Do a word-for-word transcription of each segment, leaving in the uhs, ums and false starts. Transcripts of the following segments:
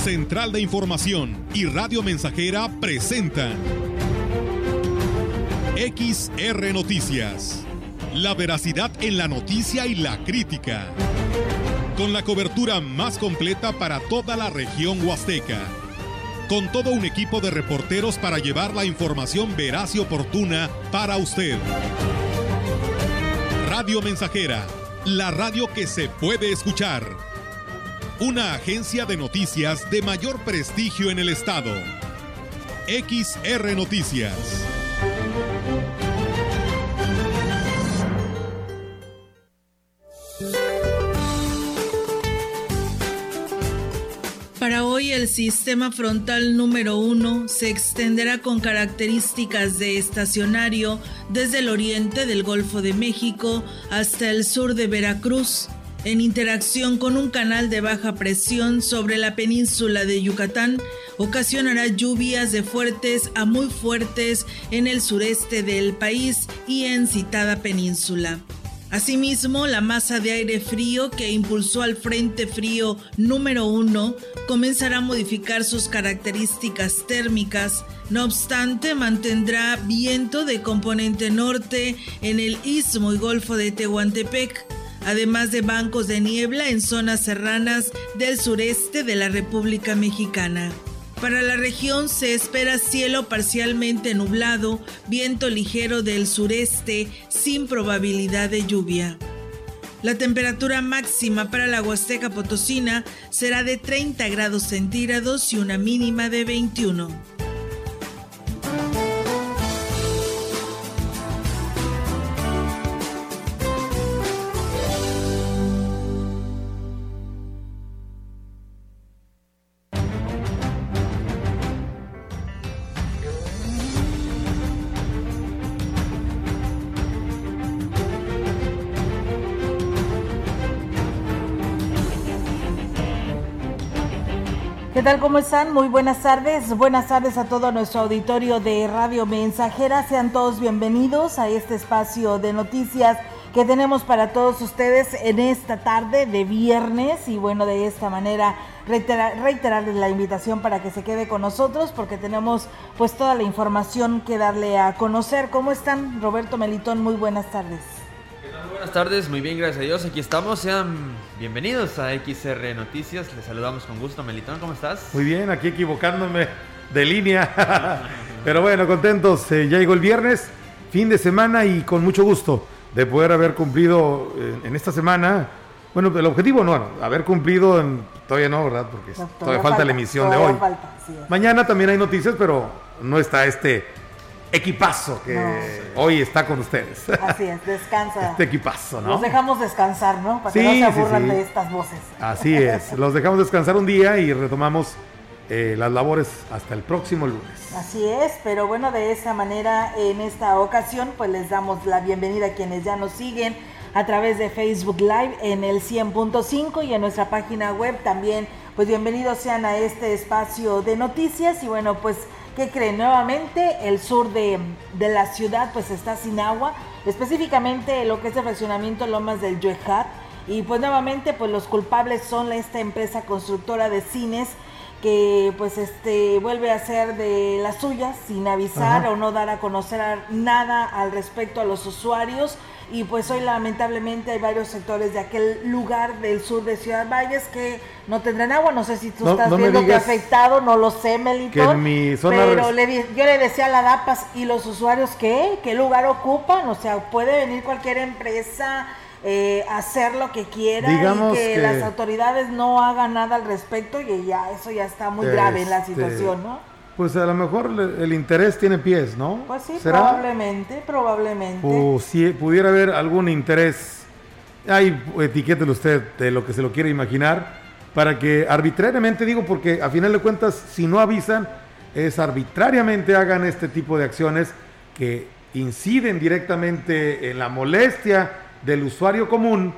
Central de Información y Radio Mensajera presentan X R Noticias. La veracidad en la noticia y la crítica. Con la cobertura más completa para toda la región huasteca. Con todo un equipo de reporteros para llevar la información veraz y oportuna para usted. Radio Mensajera, la radio que se puede escuchar. Una agencia de noticias de mayor prestigio en el estado. X R Noticias. Para hoy, el sistema frontal número uno se extenderá con características de estacionario desde el oriente del Golfo de México hasta el sur de Veracruz, en interacción con un canal de baja presión sobre la península de Yucatán. Ocasionará lluvias de fuertes a muy fuertes en el sureste del país y en citada península. Asimismo, la masa de aire frío que impulsó al Frente Frío número uno comenzará a modificar sus características térmicas. No obstante, mantendrá viento de componente norte en el Istmo y Golfo de Tehuantepec, además de bancos de niebla en zonas serranas del sureste de la República Mexicana. Para la región se espera cielo parcialmente nublado, viento ligero del sureste sin probabilidad de lluvia. La temperatura máxima para la Huasteca Potosina será de treinta grados centígrados y una mínima de veintiuno. ¿Qué tal? ¿Cómo están? Muy buenas tardes. Buenas tardes a todo nuestro auditorio de Radio Mensajera. Sean todos bienvenidos a este espacio de noticias que tenemos para todos ustedes en esta tarde de viernes. Y bueno, de esta manera reiterar, reiterarles la invitación para que se quede con nosotros porque tenemos pues toda la información que darle a conocer. ¿Cómo están? Roberto Melitón, muy buenas tardes. Buenas tardes, muy bien, gracias a Dios, aquí estamos, sean bienvenidos a X R Noticias, les saludamos con gusto. Melitón, ¿cómo estás? Muy bien, aquí equivocándome de línea, pero bueno, contentos, eh, ya llegó el viernes, fin de semana y con mucho gusto de poder haber cumplido eh, en esta semana, bueno, el objetivo no, haber cumplido, en, todavía no, ¿verdad? Porque no, todavía, todavía falta, falta la emisión de hoy. Falta, sí, mañana también hay noticias, pero no está este equipazo que no, sí. hoy está con ustedes. Así es, descansa. Este equipazo, ¿no? Los dejamos descansar, ¿no? Para sí, que no se aburran sí, sí. de estas voces. Así es, los dejamos descansar un día y retomamos eh, las labores hasta el próximo lunes. Así es, pero bueno, de esa manera, en esta ocasión, pues les damos la bienvenida a quienes ya nos siguen a través de Facebook Live en el cien punto cinco y en nuestra página web también, pues bienvenidos sean a este espacio de noticias. Y bueno, pues ¿qué creen? Nuevamente el sur de, de la ciudad pues está sin agua, específicamente lo que es el fraccionamiento Lomas del Yuejar, y pues nuevamente pues los culpables son esta empresa constructora de cines que pues este vuelve a hacer de las suyas sin avisar. Ajá. O no dar a conocer nada al respecto a los usuarios. Y pues hoy lamentablemente hay varios sectores de aquel lugar del sur de Ciudad Valles que no tendrán agua. No sé si tú no, estás no viendo que afectado, no lo sé, Melitón. Que en mi zona pero res... le, yo le decía a la DAPAS, ¿y los usuarios qué? ¿Qué lugar ocupan? O sea, puede venir cualquier empresa eh, hacer lo que quiera. Digamos y que, que las autoridades no hagan nada al respecto, y ya eso ya está muy este... grave en la situación, ¿no? Pues a lo mejor el interés tiene pies, ¿no? Pues sí, ¿será? probablemente, probablemente. O si pudiera haber algún interés, ahí etiquételo usted de lo que se lo quiere imaginar, para que arbitrariamente, digo, porque a final de cuentas, si no avisan, es arbitrariamente hagan este tipo de acciones que inciden directamente en la molestia del usuario común,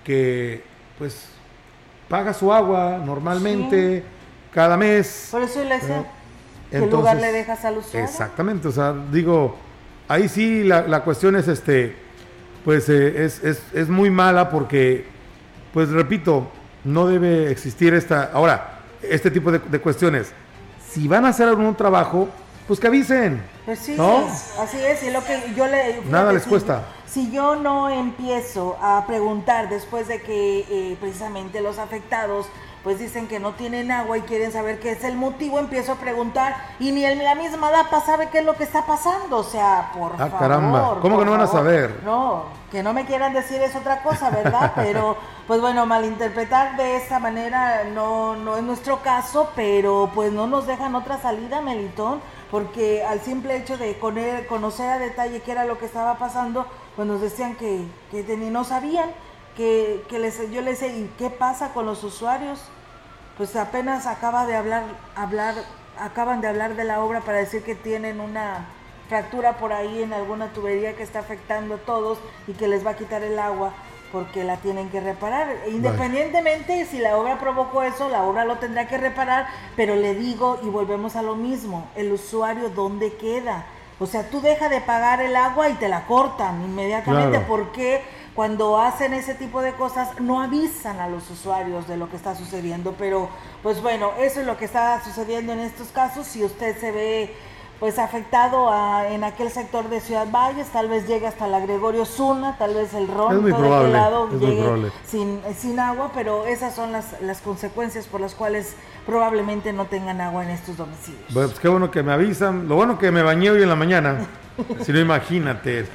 que pues paga su agua normalmente, sí, cada mes. Por eso le decía, ¿qué entonces, lugar le dejas al usuario? Exactamente, o sea, digo, ahí sí la, la cuestión es, este, pues eh, es, es, es muy mala porque, pues repito, no debe existir esta. Ahora, este tipo de, de cuestiones. Si van a hacer algún trabajo, pues que avisen. Pues sí, ¿no? así es, y lo que yo le... Fíjate, Nada les si, cuesta. Si yo no empiezo a preguntar después de que eh, precisamente los afectados pues dicen que no tienen agua y quieren saber qué es el motivo, empiezo a preguntar y ni el, la misma D A P A sabe qué es lo que está pasando, o sea, por ah, favor. caramba, ¿cómo que no van a saber? No, que no me quieran decir es otra cosa, ¿verdad? Pero, pues bueno, malinterpretar de esta manera no, no es nuestro caso, pero pues no nos dejan otra salida, Melitón, porque al simple hecho de conocer a detalle qué era lo que estaba pasando, pues nos decían que, que no sabían, que, que les, yo les decía, ¿y qué pasa con los usuarios? Pues apenas acaba de hablar, hablar, acaban de hablar de la obra para decir que tienen una fractura por ahí en alguna tubería que está afectando a todos y que les va a quitar el agua porque la tienen que reparar. Independientemente de si la obra provocó eso, la obra lo tendrá que reparar, pero le digo y volvemos a lo mismo, el usuario ¿dónde queda? O sea, tú deja de pagar el agua y te la cortan inmediatamente. Claro. ¿Por qué cuando hacen ese tipo de cosas no avisan a los usuarios de lo que está sucediendo? Pero pues bueno, eso es lo que está sucediendo en estos casos. Si usted se ve pues afectado a, en aquel sector de Ciudad Valles, tal vez llegue hasta la Gregorio Zuna, tal vez el Ron, todo de aquel lado es llegue sin, sin agua, pero esas son las, las consecuencias por las cuales probablemente no tengan agua en estos domicilios. Bueno, pues qué bueno que me avisan, lo bueno que me bañé hoy en la mañana, si no imagínate.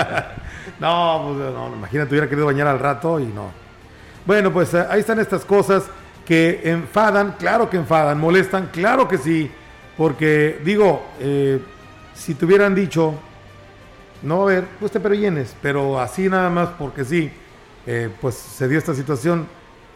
no, pues no, imagínate, hubiera querido bañar al rato y no. Bueno, pues ahí están estas cosas que enfadan, claro que enfadan, molestan, claro que sí. Porque, digo, eh, si te hubieran dicho, no, a ver, pues te previenes, pero así nada más porque sí, eh, pues se dio esta situación,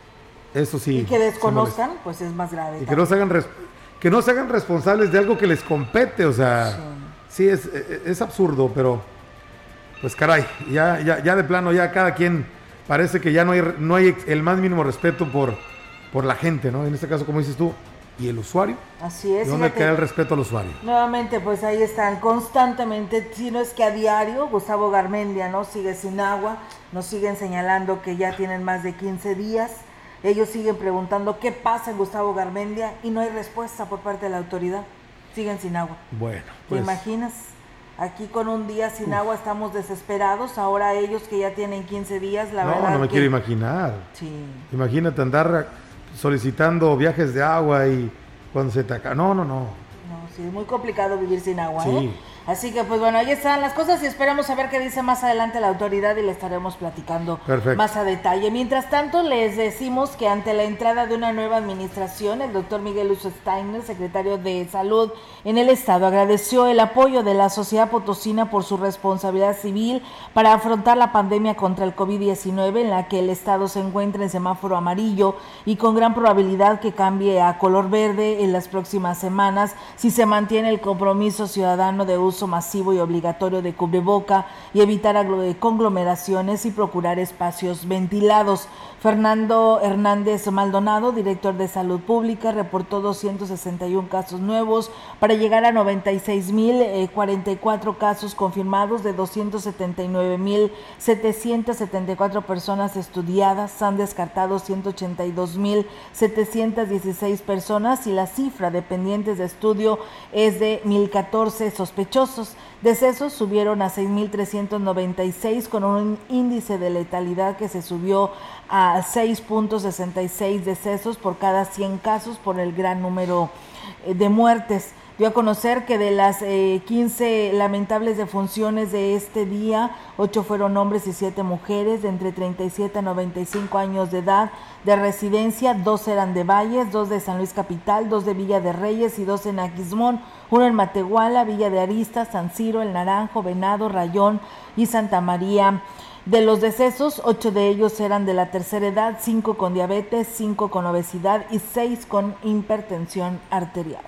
eso sí. Y que desconozcan, pues es más grave. Y que no, se hagan res- que no se hagan responsables de algo que les compete, o sea, sí, sí es, es absurdo, pero, pues caray, ya, ya, ya de plano, ya cada quien, parece que ya no hay, no hay el más mínimo respeto por, por la gente, ¿no? En este caso, como dices tú, ¿y el usuario? Así es. ¿Dónde queda el respeto al usuario? Nuevamente, pues ahí están constantemente, si no es que a diario, Gustavo Garmendia, ¿no? Sigue sin agua, nos siguen señalando que ya tienen más de quince días, ellos siguen preguntando qué pasa en Gustavo Garmendia y no hay respuesta por parte de la autoridad, siguen sin agua. Bueno, ¿Te pues... imaginas? Aquí con un día sin Uf. agua estamos desesperados, ahora ellos que ya tienen quince días, la no, verdad No, no me que... quiero imaginar. Sí. Imagínate andar solicitando viajes de agua y cuando se te acaba. No, no, no. No, sí, es muy complicado vivir sin agua, sí. ¿eh? Así que, pues bueno, ahí están las cosas y esperamos saber qué dice más adelante la autoridad y le estaremos platicando Perfecto. más a detalle. Mientras tanto, les decimos que ante la entrada de una nueva administración, el doctor Miguel Uso Steiner, secretario de Salud en el Estado, agradeció el apoyo de la sociedad potosina por su responsabilidad civil para afrontar la pandemia contra el covid diecinueve, en la que el Estado se encuentra en semáforo amarillo y con gran probabilidad que cambie a color verde en las próximas semanas si se mantiene el compromiso ciudadano de uso masivo y obligatorio de cubreboca y evitar conglomeraciones y procurar espacios ventilados. Fernando Hernández Maldonado, director de Salud Pública, reportó doscientos sesenta y uno casos nuevos para llegar a noventa y seis mil cuarenta y cuatro casos confirmados. De doscientos setenta y nueve mil setecientos setenta y cuatro personas estudiadas, han descartado ciento ochenta y dos mil setecientos dieciséis personas y la cifra de pendientes de estudio es de mil catorce sospechosos. Decesos subieron a seis mil trescientos noventa y seis con un índice de letalidad que se subió a seis punto sesenta y seis decesos por cada cien casos por el gran número de muertes. Dio a conocer que de las eh, quince lamentables defunciones de este día, ocho fueron hombres y siete mujeres de entre treinta y siete a noventa y cinco años de edad de residencia, dos eran de Valles, dos de San Luis Capital, dos de Villa de Reyes y dos en Aquismón, uno en Matehuala, Villa de Arista, San Ciro, El Naranjo, Venado, Rayón y Santa María. De los decesos, ocho de ellos eran de la tercera edad, cinco con diabetes, cinco con obesidad y seis con hipertensión arterial.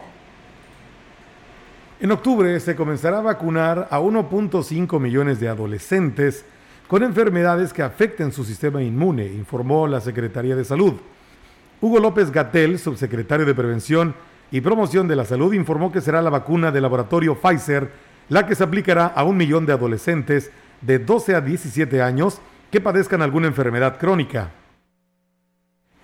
En octubre se comenzará a vacunar a uno punto cinco millones de adolescentes con enfermedades que afecten su sistema inmune, informó la Secretaría de Salud. Hugo López-Gatell, subsecretario de Prevención y Promoción de la Salud, informó que será la vacuna del laboratorio Pfizer la que se aplicará a un millón de adolescentes de doce a diecisiete años que padezcan alguna enfermedad crónica.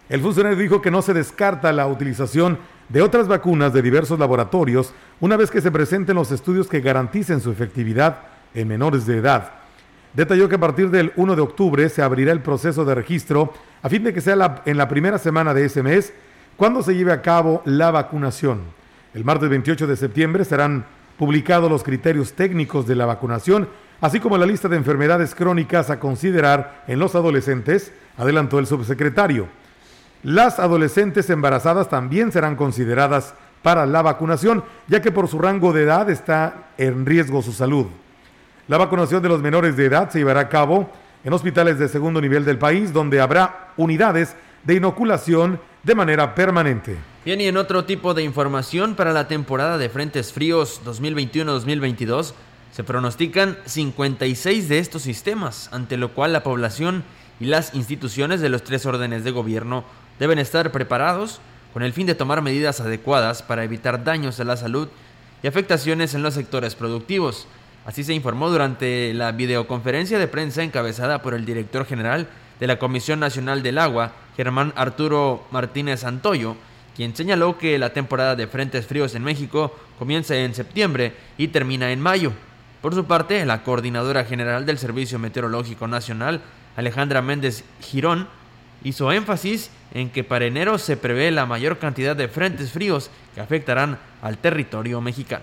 El funcionario dijo que no se descarta la utilización de otras vacunas de diversos laboratorios una vez que se presenten los estudios que garanticen su efectividad en menores de edad. Detalló que a partir del primero de octubre se abrirá el proceso de registro a fin de que sea la, en la primera semana de ese mes cuando se lleve a cabo la vacunación. El martes veintiocho de septiembre serán publicados los criterios técnicos de la vacunación, así como la lista de enfermedades crónicas a considerar en los adolescentes, adelantó el subsecretario. Las adolescentes embarazadas también serán consideradas para la vacunación, ya que por su rango de edad está en riesgo su salud. La vacunación de los menores de edad se llevará a cabo en hospitales de segundo nivel del país, donde habrá unidades de inoculación de manera permanente. Bien, y en otro tipo de información, para la temporada de frentes fríos dos mil veintiuno dos mil veintidós, se pronostican cincuenta y seis de estos sistemas, ante lo cual la población y las instituciones de los tres órdenes de gobierno deben estar preparados con el fin de tomar medidas adecuadas para evitar daños a la salud y afectaciones en los sectores productivos. Así se informó durante la videoconferencia de prensa encabezada por el director general de la Comisión Nacional del Agua, Germán Arturo Martínez Santoyo, quien señaló que la temporada de frentes fríos en México comienza en septiembre y termina en mayo. Por su parte, la coordinadora general del Servicio Meteorológico Nacional, Alejandra Méndez Girón, hizo énfasis en que para enero se prevé la mayor cantidad de frentes fríos que afectarán al territorio mexicano.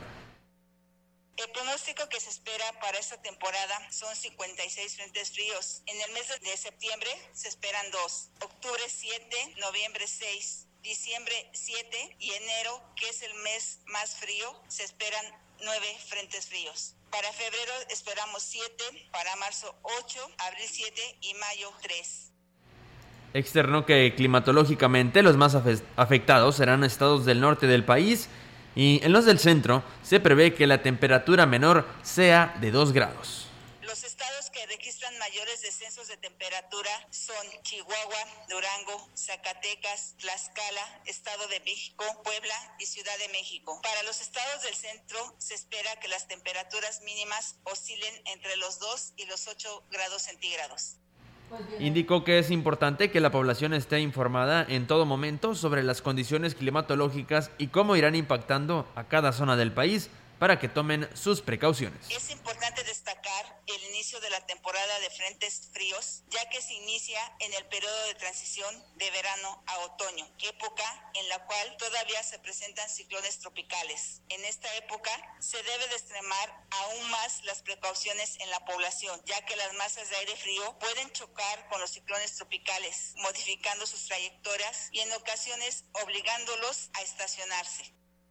El pronóstico que se espera para esta temporada son cincuenta y seis frentes fríos. En el mes de septiembre se esperan dos, octubre siete, noviembre seis, diciembre siete y enero, que es el mes más frío, se esperan nueve frentes fríos. Para febrero esperamos siete, para marzo ocho, abril siete y mayo tres. Externó que climatológicamente los más afectados serán estados del norte del país, y en los del centro se prevé que la temperatura menor sea de dos grados. Los estados que registran mayores descensos de temperatura son Chihuahua, Durango, Zacatecas, Tlaxcala, Estado de México, Puebla y Ciudad de México. Para los estados del centro se espera que las temperaturas mínimas oscilen entre los dos y los ocho grados centígrados. Indicó que es importante que la población esté informada en todo momento sobre las condiciones climatológicas y cómo irán impactando a cada zona del país para que tomen sus precauciones. Es importante destacar el inicio de la temporada de frentes fríos, ya que se inicia en el periodo de transición de verano a otoño, época en la cual todavía se presentan ciclones tropicales. En esta época se debe de extremar aún más las precauciones en la población, ya que las masas de aire frío pueden chocar con los ciclones tropicales, modificando sus trayectorias y en ocasiones obligándolos a estacionarse.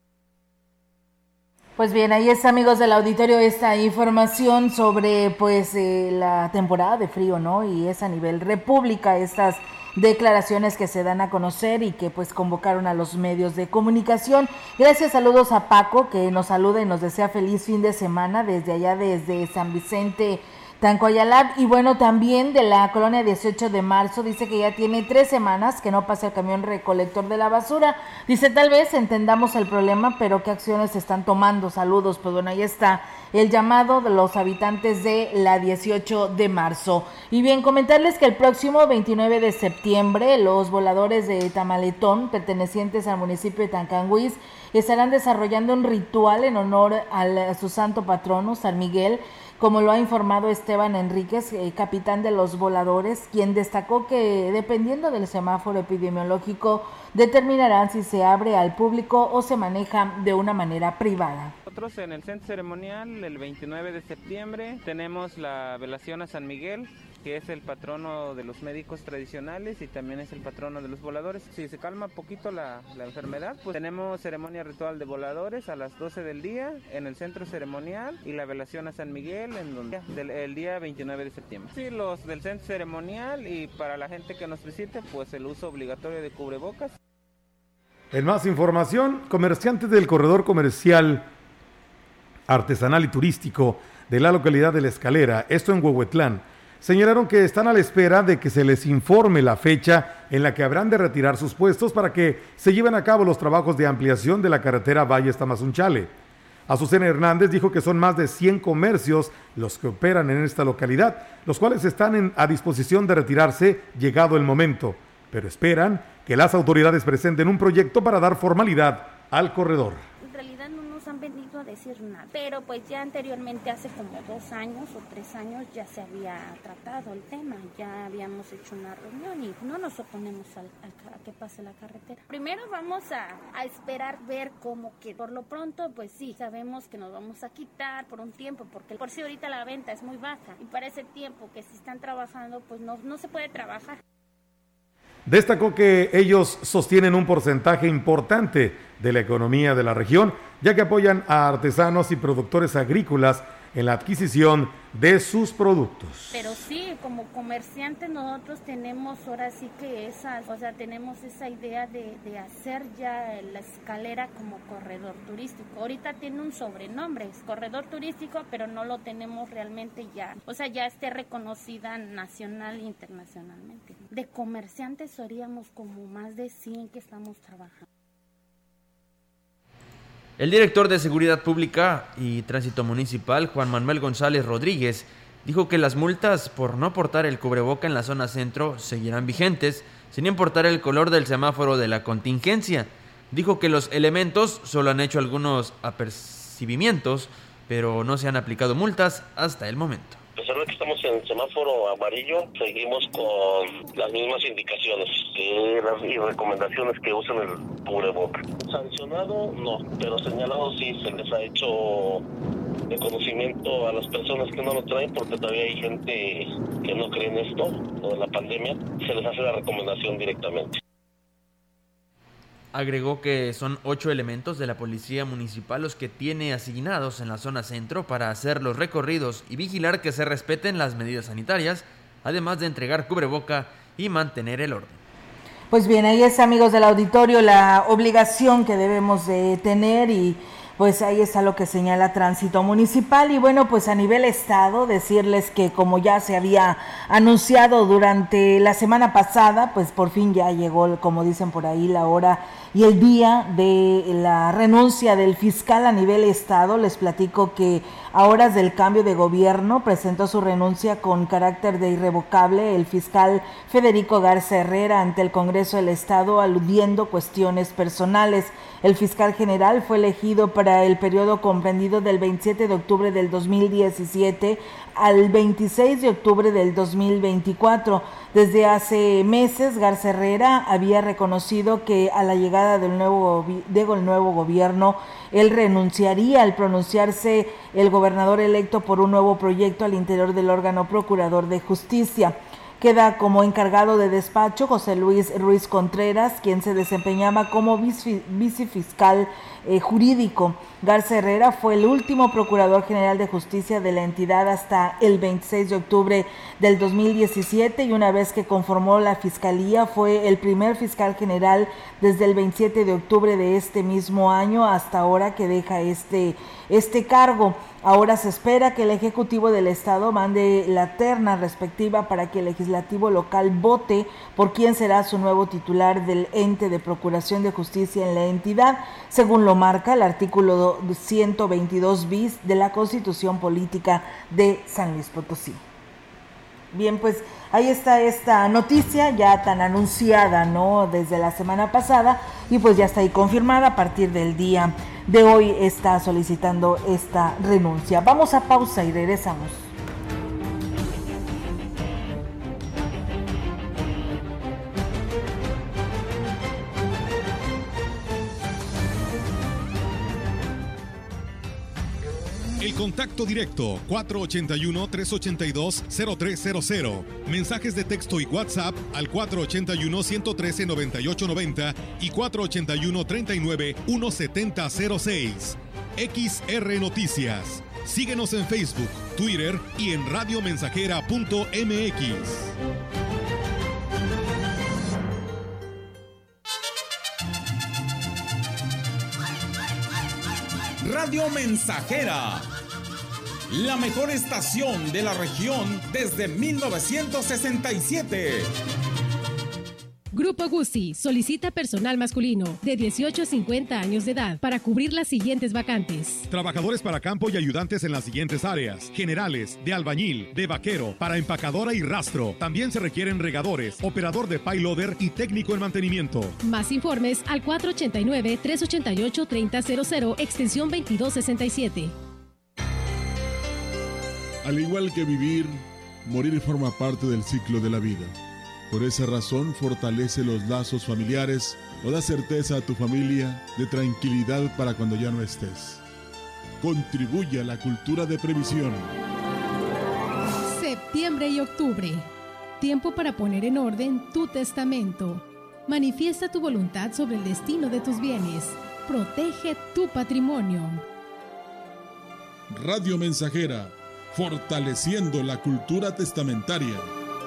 Pues bien, ahí está, amigos del auditorio, esta información sobre pues eh, la temporada de frío, ¿no? Y es a nivel república estas declaraciones que se dan a conocer y que pues convocaron a los medios de comunicación. Gracias, saludos a Paco, que nos saluda y nos desea feliz fin de semana desde allá, desde San Vicente, Tancoyalab. Y bueno, también de la colonia dieciocho de marzo, dice que ya tiene tres semanas que no pasa el camión recolector de la basura. Dice, tal vez entendamos el problema, pero ¿qué acciones se están tomando? Saludos. Pues bueno, ahí está el llamado de los habitantes de la dieciocho de marzo. Y bien, comentarles que el próximo veintinueve de septiembre, los voladores de Tamaletón, pertenecientes al municipio de Tancanguis, estarán desarrollando un ritual en honor al, a su santo patrono, San Miguel, como lo ha informado Esteban Enríquez, eh, capitán de los voladores, quien destacó que dependiendo del semáforo epidemiológico determinarán si se abre al público o se maneja de una manera privada. Nosotros en el centro ceremonial el veintinueve de septiembre tenemos la velación a San Miguel, que es el patrono de los médicos tradicionales y también es el patrono de los voladores. Si se calma poquito la, la enfermedad, pues tenemos ceremonia ritual de voladores a las doce del día en el centro ceremonial y la velación a San Miguel en donde, del, el día veintinueve de septiembre. Sí, los del centro ceremonial, y para la gente que nos visite, pues el uso obligatorio de cubrebocas. En más información, comerciantes del corredor comercial artesanal y turístico de la localidad de La Escalera, esto en Huehuetlán, señalaron que están a la espera de que se les informe la fecha en la que habrán de retirar sus puestos para que se lleven a cabo los trabajos de ampliación de la carretera Valles-Tamazunchale. Azucena Hernández dijo que son más de cien comercios los que operan en esta localidad, los cuales están en, a disposición de retirarse llegado el momento, pero esperan que las autoridades presenten un proyecto para dar formalidad al corredor. En realidad no nos han venido a decir nada, pero pues ya anteriormente, hace como dos años o tres años, ya se había tratado el tema, ya habíamos hecho una reunión y no nos oponemos al, al, a que pase la carretera. Primero vamos a, a esperar ver cómo que por lo pronto, pues sí, sabemos que nos vamos a quitar por un tiempo, porque por si ahorita la venta es muy baja y para ese tiempo que si están trabajando, pues no, no se puede trabajar. Destacó que ellos sostienen un porcentaje importante de la economía de la región, ya que apoyan a artesanos y productores agrícolas en la adquisición de sus productos. Pero sí, como comerciantes nosotros tenemos ahora sí que esa, o sea, tenemos esa idea de, de hacer ya la escalera como corredor turístico. Ahorita tiene un sobrenombre, es corredor turístico, pero no lo tenemos realmente ya, o sea, ya esté reconocida nacional e internacionalmente. De comerciantes seríamos como más de cien que estamos trabajando. El director de Seguridad Pública y Tránsito Municipal, Juan Manuel González Rodríguez, dijo que las multas por no portar el cubreboca en la zona centro seguirán vigentes, sin importar el color del semáforo de la contingencia. Dijo que los elementos solo han hecho algunos apercibimientos, pero no se han aplicado multas hasta el momento. A pesar de que estamos en semáforo amarillo, seguimos con las mismas indicaciones que las y recomendaciones que usen el cubreboca. Sancionado no, pero señalado sí, se les ha hecho de conocimiento a las personas que no lo traen, porque todavía hay gente que no cree en esto, o de la pandemia, se les hace la recomendación directamente. Agregó que son ocho elementos de la Policía Municipal los que tiene asignados en la zona centro para hacer los recorridos y vigilar que se respeten las medidas sanitarias, además de entregar cubreboca y mantener el orden. Pues bien, ahí es, amigos del auditorio, la obligación que debemos de tener y pues ahí está lo que señala Tránsito Municipal. Y bueno, pues a nivel estado, decirles que como ya se había anunciado durante la semana pasada, pues por fin ya llegó, como dicen por ahí, la hora y el día de la renuncia del fiscal a nivel estado. Les platico que a horas del cambio de gobierno presentó su renuncia con carácter de irrevocable el fiscal Federico Garza Herrera ante el Congreso del Estado, aludiendo cuestiones personales. El fiscal general fue elegido para el periodo comprendido del veintisiete de octubre del dos mil diecisiete al veintiséis de octubre del dos mil veinticuatro. Desde hace meses, Garza Herrera había reconocido que a la llegada del nuevo, del nuevo gobierno, él renunciaría al pronunciarse el gobernador electo por un nuevo proyecto al interior del órgano procurador de justicia. Queda como encargado de despacho José Luis Ruiz Contreras, quien se desempeñaba como vicefiscal eh, jurídico. Garza Herrera fue el último procurador general de justicia de la entidad hasta el veintiséis de octubre del dos mil diecisiete, y una vez que conformó la fiscalía fue el primer fiscal general desde el veintisiete de octubre de este mismo año hasta ahora que deja este, este cargo. Ahora se espera que el Ejecutivo del Estado mande la terna respectiva para que el Legislativo local vote por quién será su nuevo titular del ente de Procuración de Justicia en la entidad, según lo marca el artículo ciento veintidós bis de la Constitución Política de San Luis Potosí. Bien, pues ahí está esta noticia ya tan anunciada, ¿no?, desde la semana pasada, y pues ya está ahí confirmada. A partir del día de hoy está solicitando esta renuncia. Vamos a pausa y regresamos. El contacto directo cuatro ochenta y uno, trescientos ochenta y dos, cero tres cero cero. Mensajes de texto y WhatsApp al cuatro ochenta y uno, ciento trece, noventa y ocho noventa y cuatro ochenta y uno, treinta y nueve, ciento setenta cero seis. X R Noticias. Síguenos en Facebook, Twitter y en radiomensajera punto m x. Radio Mensajera, la mejor estación de la región desde mil novecientos sesenta y siete. Grupo Grupo Guzzi solicita personal masculino de dieciocho a cincuenta años de edad para cubrir las siguientes vacantes. Trabajadores para campo y ayudantes en las siguientes áreas: generales, de albañil, de vaquero, para empacadora y rastro. También se requieren regadores, operador de payloader y técnico en mantenimiento. Más informes al cuatro ochenta y nueve, tres ochenta y ocho, treinta cero cero, extensión veintidós sesenta y siete. Al igual que vivir, morir forma parte del ciclo de la vida. Por esa razón, fortalece los lazos familiares o da certeza a tu familia de tranquilidad para cuando ya no estés. Contribuye a la cultura de previsión. Septiembre y octubre. Tiempo para poner en orden tu testamento. Manifiesta tu voluntad sobre el destino de tus bienes. Protege tu patrimonio. Radio Mensajera, fortaleciendo la cultura testamentaria.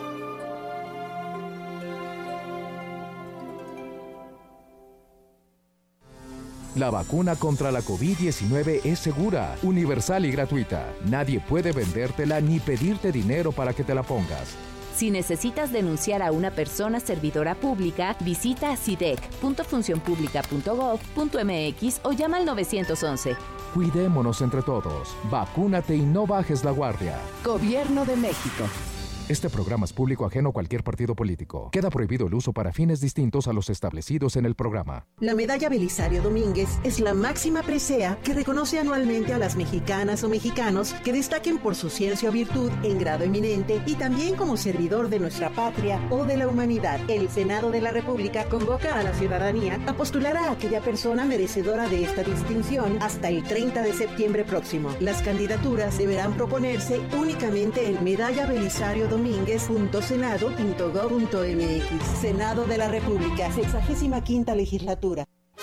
La vacuna contra la COVID diecinueve es segura, universal y gratuita. Nadie puede vendértela ni pedirte dinero para que te la pongas. Si necesitas denunciar a una persona servidora pública, visita sidec punto función pública punto gov punto mx o llama al nueve once. Cuidémonos entre todos. Vacúnate y no bajes la guardia. Gobierno de México. Este programa es público ajeno a cualquier partido político. Queda prohibido el uso para fines distintos a los establecidos en el programa. La Medalla Belisario Domínguez es la máxima presea que reconoce anualmente a las mexicanas o mexicanos que destaquen por su ciencia o virtud en grado eminente y también como servidor de nuestra patria o de la humanidad. El Senado de la República convoca a la ciudadanía a postular a aquella persona merecedora de esta distinción hasta el treinta de septiembre próximo. Las candidaturas deberán proponerse únicamente en medalla belisario domínguez punto senado punto gov punto mx. Senado de la República, sexagésima quinta legislatura.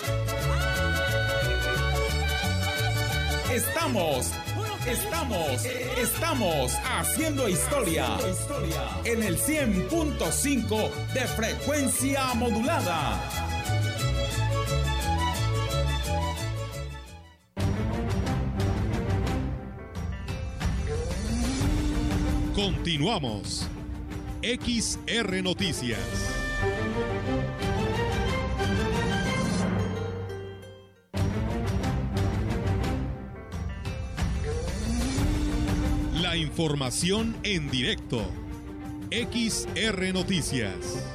Estamos, estamos, estamos haciendo historia en el cien punto cinco de frecuencia modulada. Continuamos. X R Noticias. La información en directo. X R Noticias.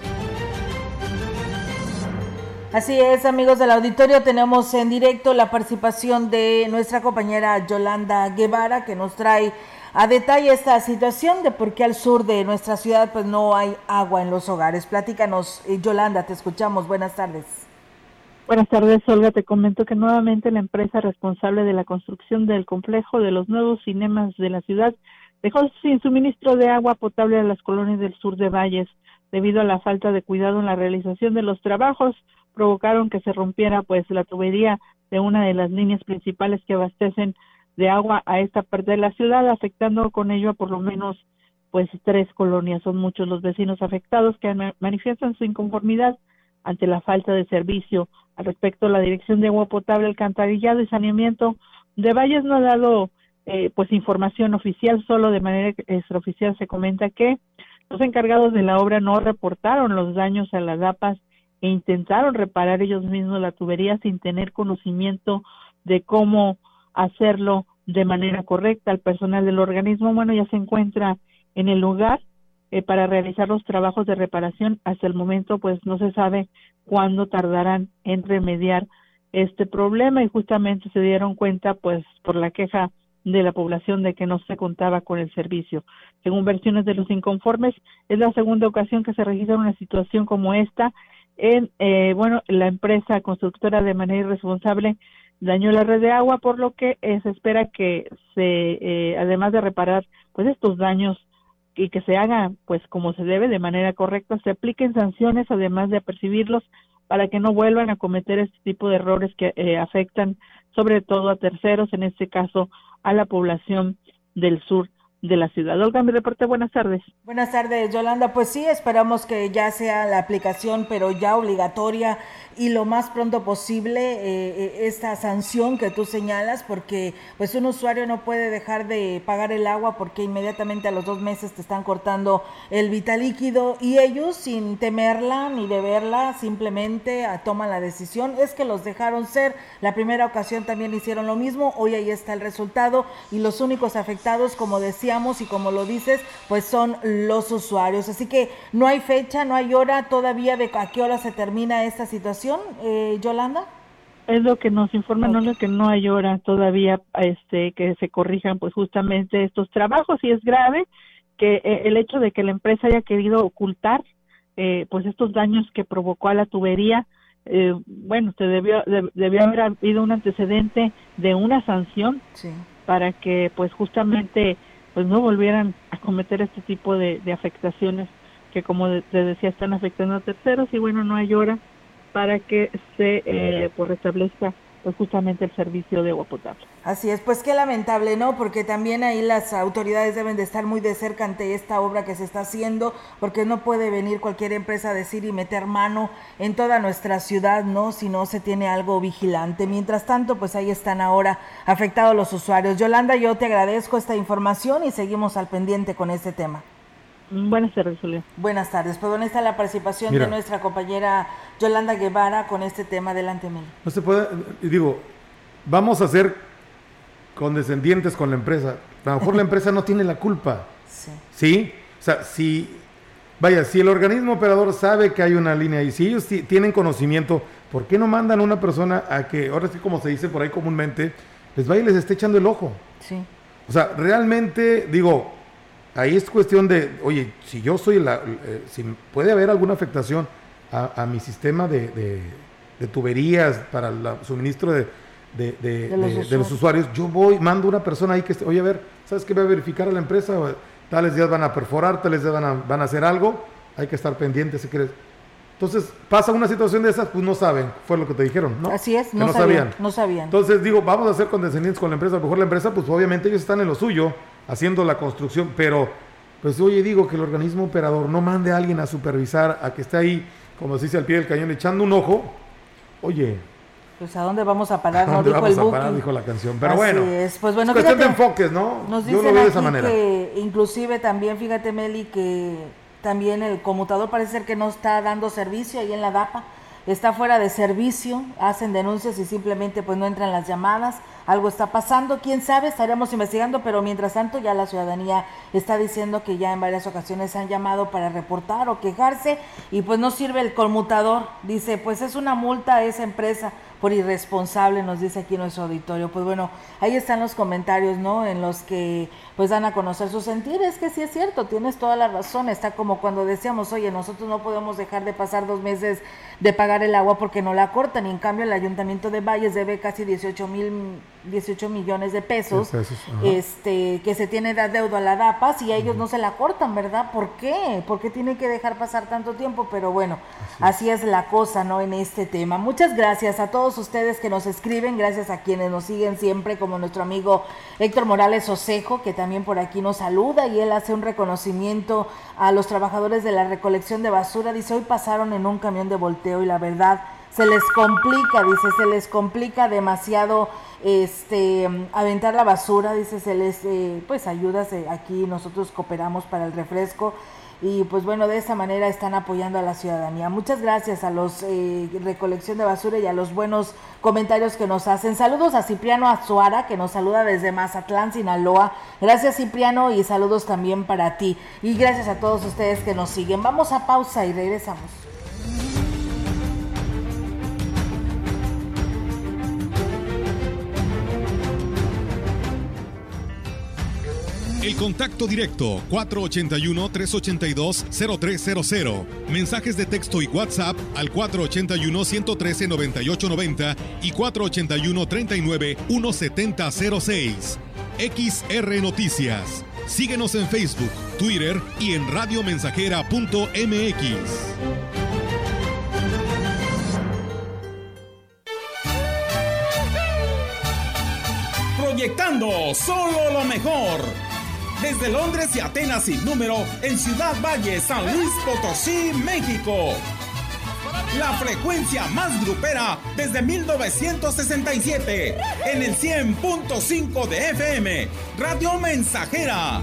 Así es, amigos del auditorio, tenemos en directo la participación de nuestra compañera Yolanda Guevara, que nos trae a detalle esta situación de por qué al sur de nuestra ciudad pues no hay agua en los hogares. Platícanos, Yolanda, te escuchamos. Buenas tardes. Buenas tardes, Olga. Te comento que nuevamente la empresa responsable de la construcción del complejo de los nuevos cinemas de la ciudad dejó sin suministro de agua potable a las colonias del sur de Valles. Debido a la falta de cuidado en la realización de los trabajos, provocaron que se rompiera pues la tubería de una de las líneas principales que abastecen de agua a esta parte de la ciudad, afectando con ello a por lo menos pues tres colonias. Son muchos los vecinos afectados que manifiestan su inconformidad ante la falta de servicio. Al respecto, la Dirección de Agua Potable, Alcantarillado y Saneamiento de Valles no ha dado eh, pues información oficial, solo de manera extraoficial se comenta que los encargados de la obra no reportaron los daños a las D A P A S e intentaron reparar ellos mismos la tubería sin tener conocimiento de cómo hacerlo de manera correcta. El personal del organismo, bueno, ya se encuentra en el lugar eh, para realizar los trabajos de reparación. Hasta el momento, pues, no se sabe cuándo tardarán en remediar este problema y justamente se dieron cuenta, pues, por la queja de la población de que no se contaba con el servicio. Según versiones de los inconformes, es la segunda ocasión que se registra una situación como esta en, eh, bueno, la empresa constructora de manera irresponsable dañó la red de agua, por lo que eh, se espera que se, eh, además de reparar pues estos daños y que se haga pues como se debe, de manera correcta, se apliquen sanciones además de apercibirlos para que no vuelvan a cometer este tipo de errores que eh, afectan sobre todo a terceros, en este caso a la población del sur de la ciudad. Olga, mi reporte, buenas tardes. Buenas tardes, Yolanda. Pues sí, esperamos que ya sea la aplicación, pero ya obligatoria y lo más pronto posible eh, esta sanción que tú señalas, porque pues un usuario no puede dejar de pagar el agua porque inmediatamente a los dos meses te están cortando el vital líquido y ellos sin temerla ni deberla simplemente toman la decisión. Es que los dejaron ser, la primera ocasión también hicieron lo mismo, hoy ahí está el resultado y los únicos afectados, como decíamos y como lo dices, pues son los usuarios. Así que no hay fecha, no hay hora todavía de a qué hora se termina esta situación, eh, Yolanda. Es lo que nos informan, okay. No es que no hay hora todavía este que se corrijan pues justamente estos trabajos, y es grave que eh, el hecho de que la empresa haya querido ocultar eh, pues estos daños que provocó a la tubería. Eh, bueno, se debió de, debió haber habido un antecedente de una sanción, sí, para que pues justamente pues no volvieran a cometer este tipo de, de afectaciones que, como te decía, están afectando a terceros, y bueno, no hay hora para que se eh, pues restablezca pues justamente el servicio de agua potable. Así es, pues qué lamentable, ¿no? Porque también ahí las autoridades deben de estar muy de cerca ante esta obra que se está haciendo, porque no puede venir cualquier empresa a decir y meter mano en toda nuestra ciudad, ¿no? Si no se tiene algo vigilante. Mientras tanto, pues ahí están ahora afectados los usuarios. Yolanda, yo te agradezco esta información y seguimos al pendiente con este tema. Buenas tardes, Julia. Buenas tardes. Pues ¿dónde está la participación Mira, de nuestra compañera Yolanda Guevara con este tema? Adelante, Meli. No se puede, digo, vamos a ser condescendientes con la empresa. A lo mejor la empresa no tiene la culpa. Sí. ¿Sí? O sea, si, vaya, si el organismo operador sabe que hay una línea y si ellos t- tienen conocimiento, ¿por qué no mandan a una persona a que, ahora sí como se dice por ahí comúnmente, les vaya y les esté echando el ojo? Sí. O sea, realmente, digo, ahí es cuestión de, oye, si yo soy la, eh, si puede haber alguna afectación a, a mi sistema de, de, de tuberías para el suministro de, de, de, de, los de, de los usuarios, yo voy, mando una persona ahí que esté, oye, a ver, ¿sabes qué? Voy a verificar a la empresa, tales días van a perforar, tales días van a, van a hacer algo, hay que estar pendientes si quieres. Entonces, pasa una situación de esas, pues no saben, fue lo que te dijeron, ¿no? Así es, no, no sabían, sabían. No sabían. Entonces, digo, vamos a ser condescendientes con la empresa, a lo mejor la empresa, pues obviamente ellos están en lo suyo, haciendo la construcción, pero, pues oye, digo que el organismo operador no mande a alguien a supervisar, a que esté ahí, como se dice, al pie del cañón, echando un ojo, oye. Pues a dónde vamos a parar, ¿A no dónde dijo vamos el a Buki. parar? Dijo la canción, pero Así bueno, es. Pues bueno, es cuestión fíjate, de enfoques, ¿no? Nos Yo dicen lo veo de aquí esa manera. Que inclusive también, fíjate, Meli, que también el conmutador parece ser que no está dando servicio ahí en la D A P A. Está fuera de servicio, hacen denuncias y simplemente pues no entran las llamadas, algo está pasando, quién sabe, estaremos investigando, pero mientras tanto ya la ciudadanía está diciendo que ya en varias ocasiones han llamado para reportar o quejarse y pues no sirve el conmutador, dice, pues es una multa a esa empresa por irresponsable, nos dice aquí nuestro auditorio. Pues bueno, ahí están los comentarios, ¿no? En los que pues dan a conocer su sentir. Es que sí es cierto, tienes toda la razón. Está como cuando decíamos, oye, nosotros no podemos dejar de pasar dos meses de pagar el agua porque no la cortan. Y en cambio el Ayuntamiento de Valles debe casi dieciocho mil, dieciocho millones de pesos, pesos este que se tiene de adeudo a la D A P A y a ellos uh-huh. no se la cortan, ¿verdad? ¿Por qué? ¿Por qué tienen que dejar pasar tanto tiempo? Pero bueno, así, así es la cosa, ¿no? En este tema. Muchas gracias a todos ustedes que nos escriben, gracias a quienes nos siguen siempre, como nuestro amigo Héctor Morales Osejo, que también por aquí nos saluda y él hace un reconocimiento a los trabajadores de la recolección de basura. Dice, hoy pasaron en un camión de volteo y la verdad se les complica, dice, se les complica demasiado este aventar la basura, dice, se les eh, pues ayuda, se, aquí nosotros cooperamos para el refresco. Y pues bueno, de esa manera están apoyando a la ciudadanía. Muchas gracias a los eh, recolección de basura y a los buenos comentarios que nos hacen. Saludos a Cipriano Azuara, que nos saluda desde Mazatlán, Sinaloa. Gracias, Cipriano, y saludos también para ti. Y gracias a todos ustedes que nos siguen. Vamos a pausa y regresamos. El contacto directo cuatro ochenta y uno, trescientos ochenta y dos, cero tres cero cero. Mensajes de texto y WhatsApp al cuatro ochenta y uno, ciento trece, noventa y ocho noventa y cuatro ochenta y uno, treinta y nueve, ciento setenta cero seis. X R Noticias. Síguenos en Facebook, Twitter y en radiomensajera punto m x. Proyectando solo lo mejor. desde Londres y Atenas sin número en Ciudad Valle, San Luis Potosí, México. La frecuencia más grupera desde mil novecientos sesenta y siete en el cien punto cinco de F M, Radio Mensajera.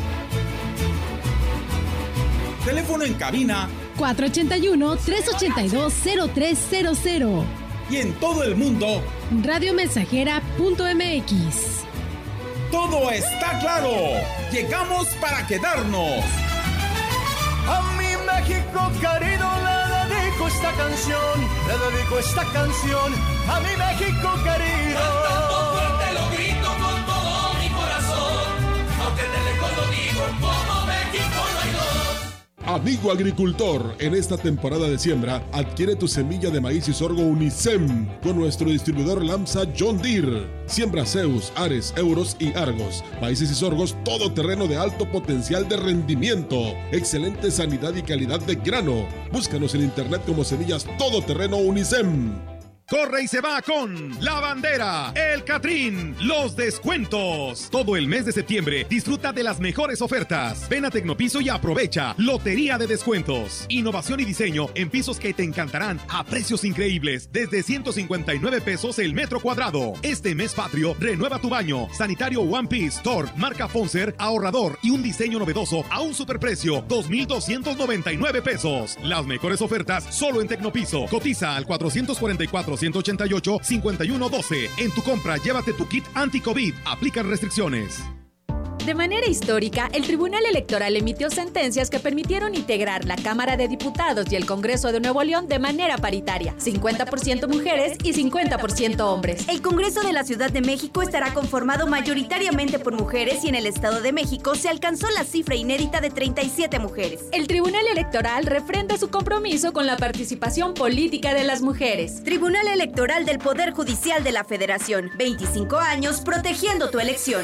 Teléfono en cabina cuatro ocho uno, tres ocho dos, cero tres cero cero. Y en todo el mundo, radiomensajera punto m x. Todo está claro. Llegamos para quedarnos. A mi México querido le dedico esta canción, le dedico esta canción a mi México querido. Cantando fuerte lo grito con todo mi corazón, aunque de lejos lo digo, como México no hay dos. Amigo agricultor, en esta temporada de siembra, adquiere tu semilla de maíz y sorgo Unicem con nuestro distribuidor Lamsa John Deere. Siembra Zeus, Ares, Euros y Argos. Maíces y sorgos todoterreno de alto potencial de rendimiento. Excelente sanidad y calidad de grano. Búscanos en internet como Semillas Todoterreno Unicem. Corre y se va con La Bandera, El Catrín, los descuentos. Todo el mes de septiembre disfruta de las mejores ofertas. Ven a Tecnopiso y aprovecha Lotería de Descuentos. Innovación y diseño en pisos que te encantarán a precios increíbles. Desde ciento cincuenta y nueve pesos el metro cuadrado. Este mes patrio, renueva tu baño. Sanitario One Piece, Thor, marca Fonser, ahorrador y un diseño novedoso a un superprecio, dos mil doscientos noventa y nueve pesos. Las mejores ofertas solo en Tecnopiso. Cotiza al cuatrocientos cuarenta y cuatro, ciento ochenta y ocho, cincuenta y uno doce. En tu compra, llévate tu kit anti-COVID. Aplican restricciones. De manera histórica, el Tribunal Electoral emitió sentencias que permitieron integrar la Cámara de Diputados y el Congreso de Nuevo León de manera paritaria, cincuenta por ciento mujeres y cincuenta por ciento hombres. El Congreso de la Ciudad de México estará conformado mayoritariamente por mujeres y en el Estado de México se alcanzó la cifra inédita de treinta y siete mujeres. El Tribunal Electoral refrenda su compromiso con la participación política de las mujeres. Tribunal Electoral del Poder Judicial de la Federación, veinticinco años protegiendo tu elección.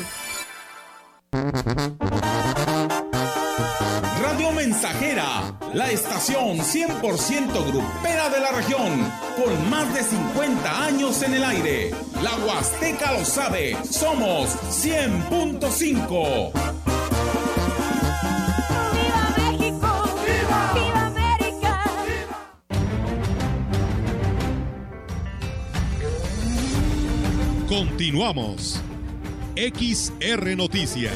Radio Mensajera, la estación cien por ciento grupera de la región, con más de cincuenta años en el aire. La Huasteca lo sabe, somos cien punto cinco. ¡Viva México! ¡Viva! ¡Viva América! Continuamos. X R Noticias.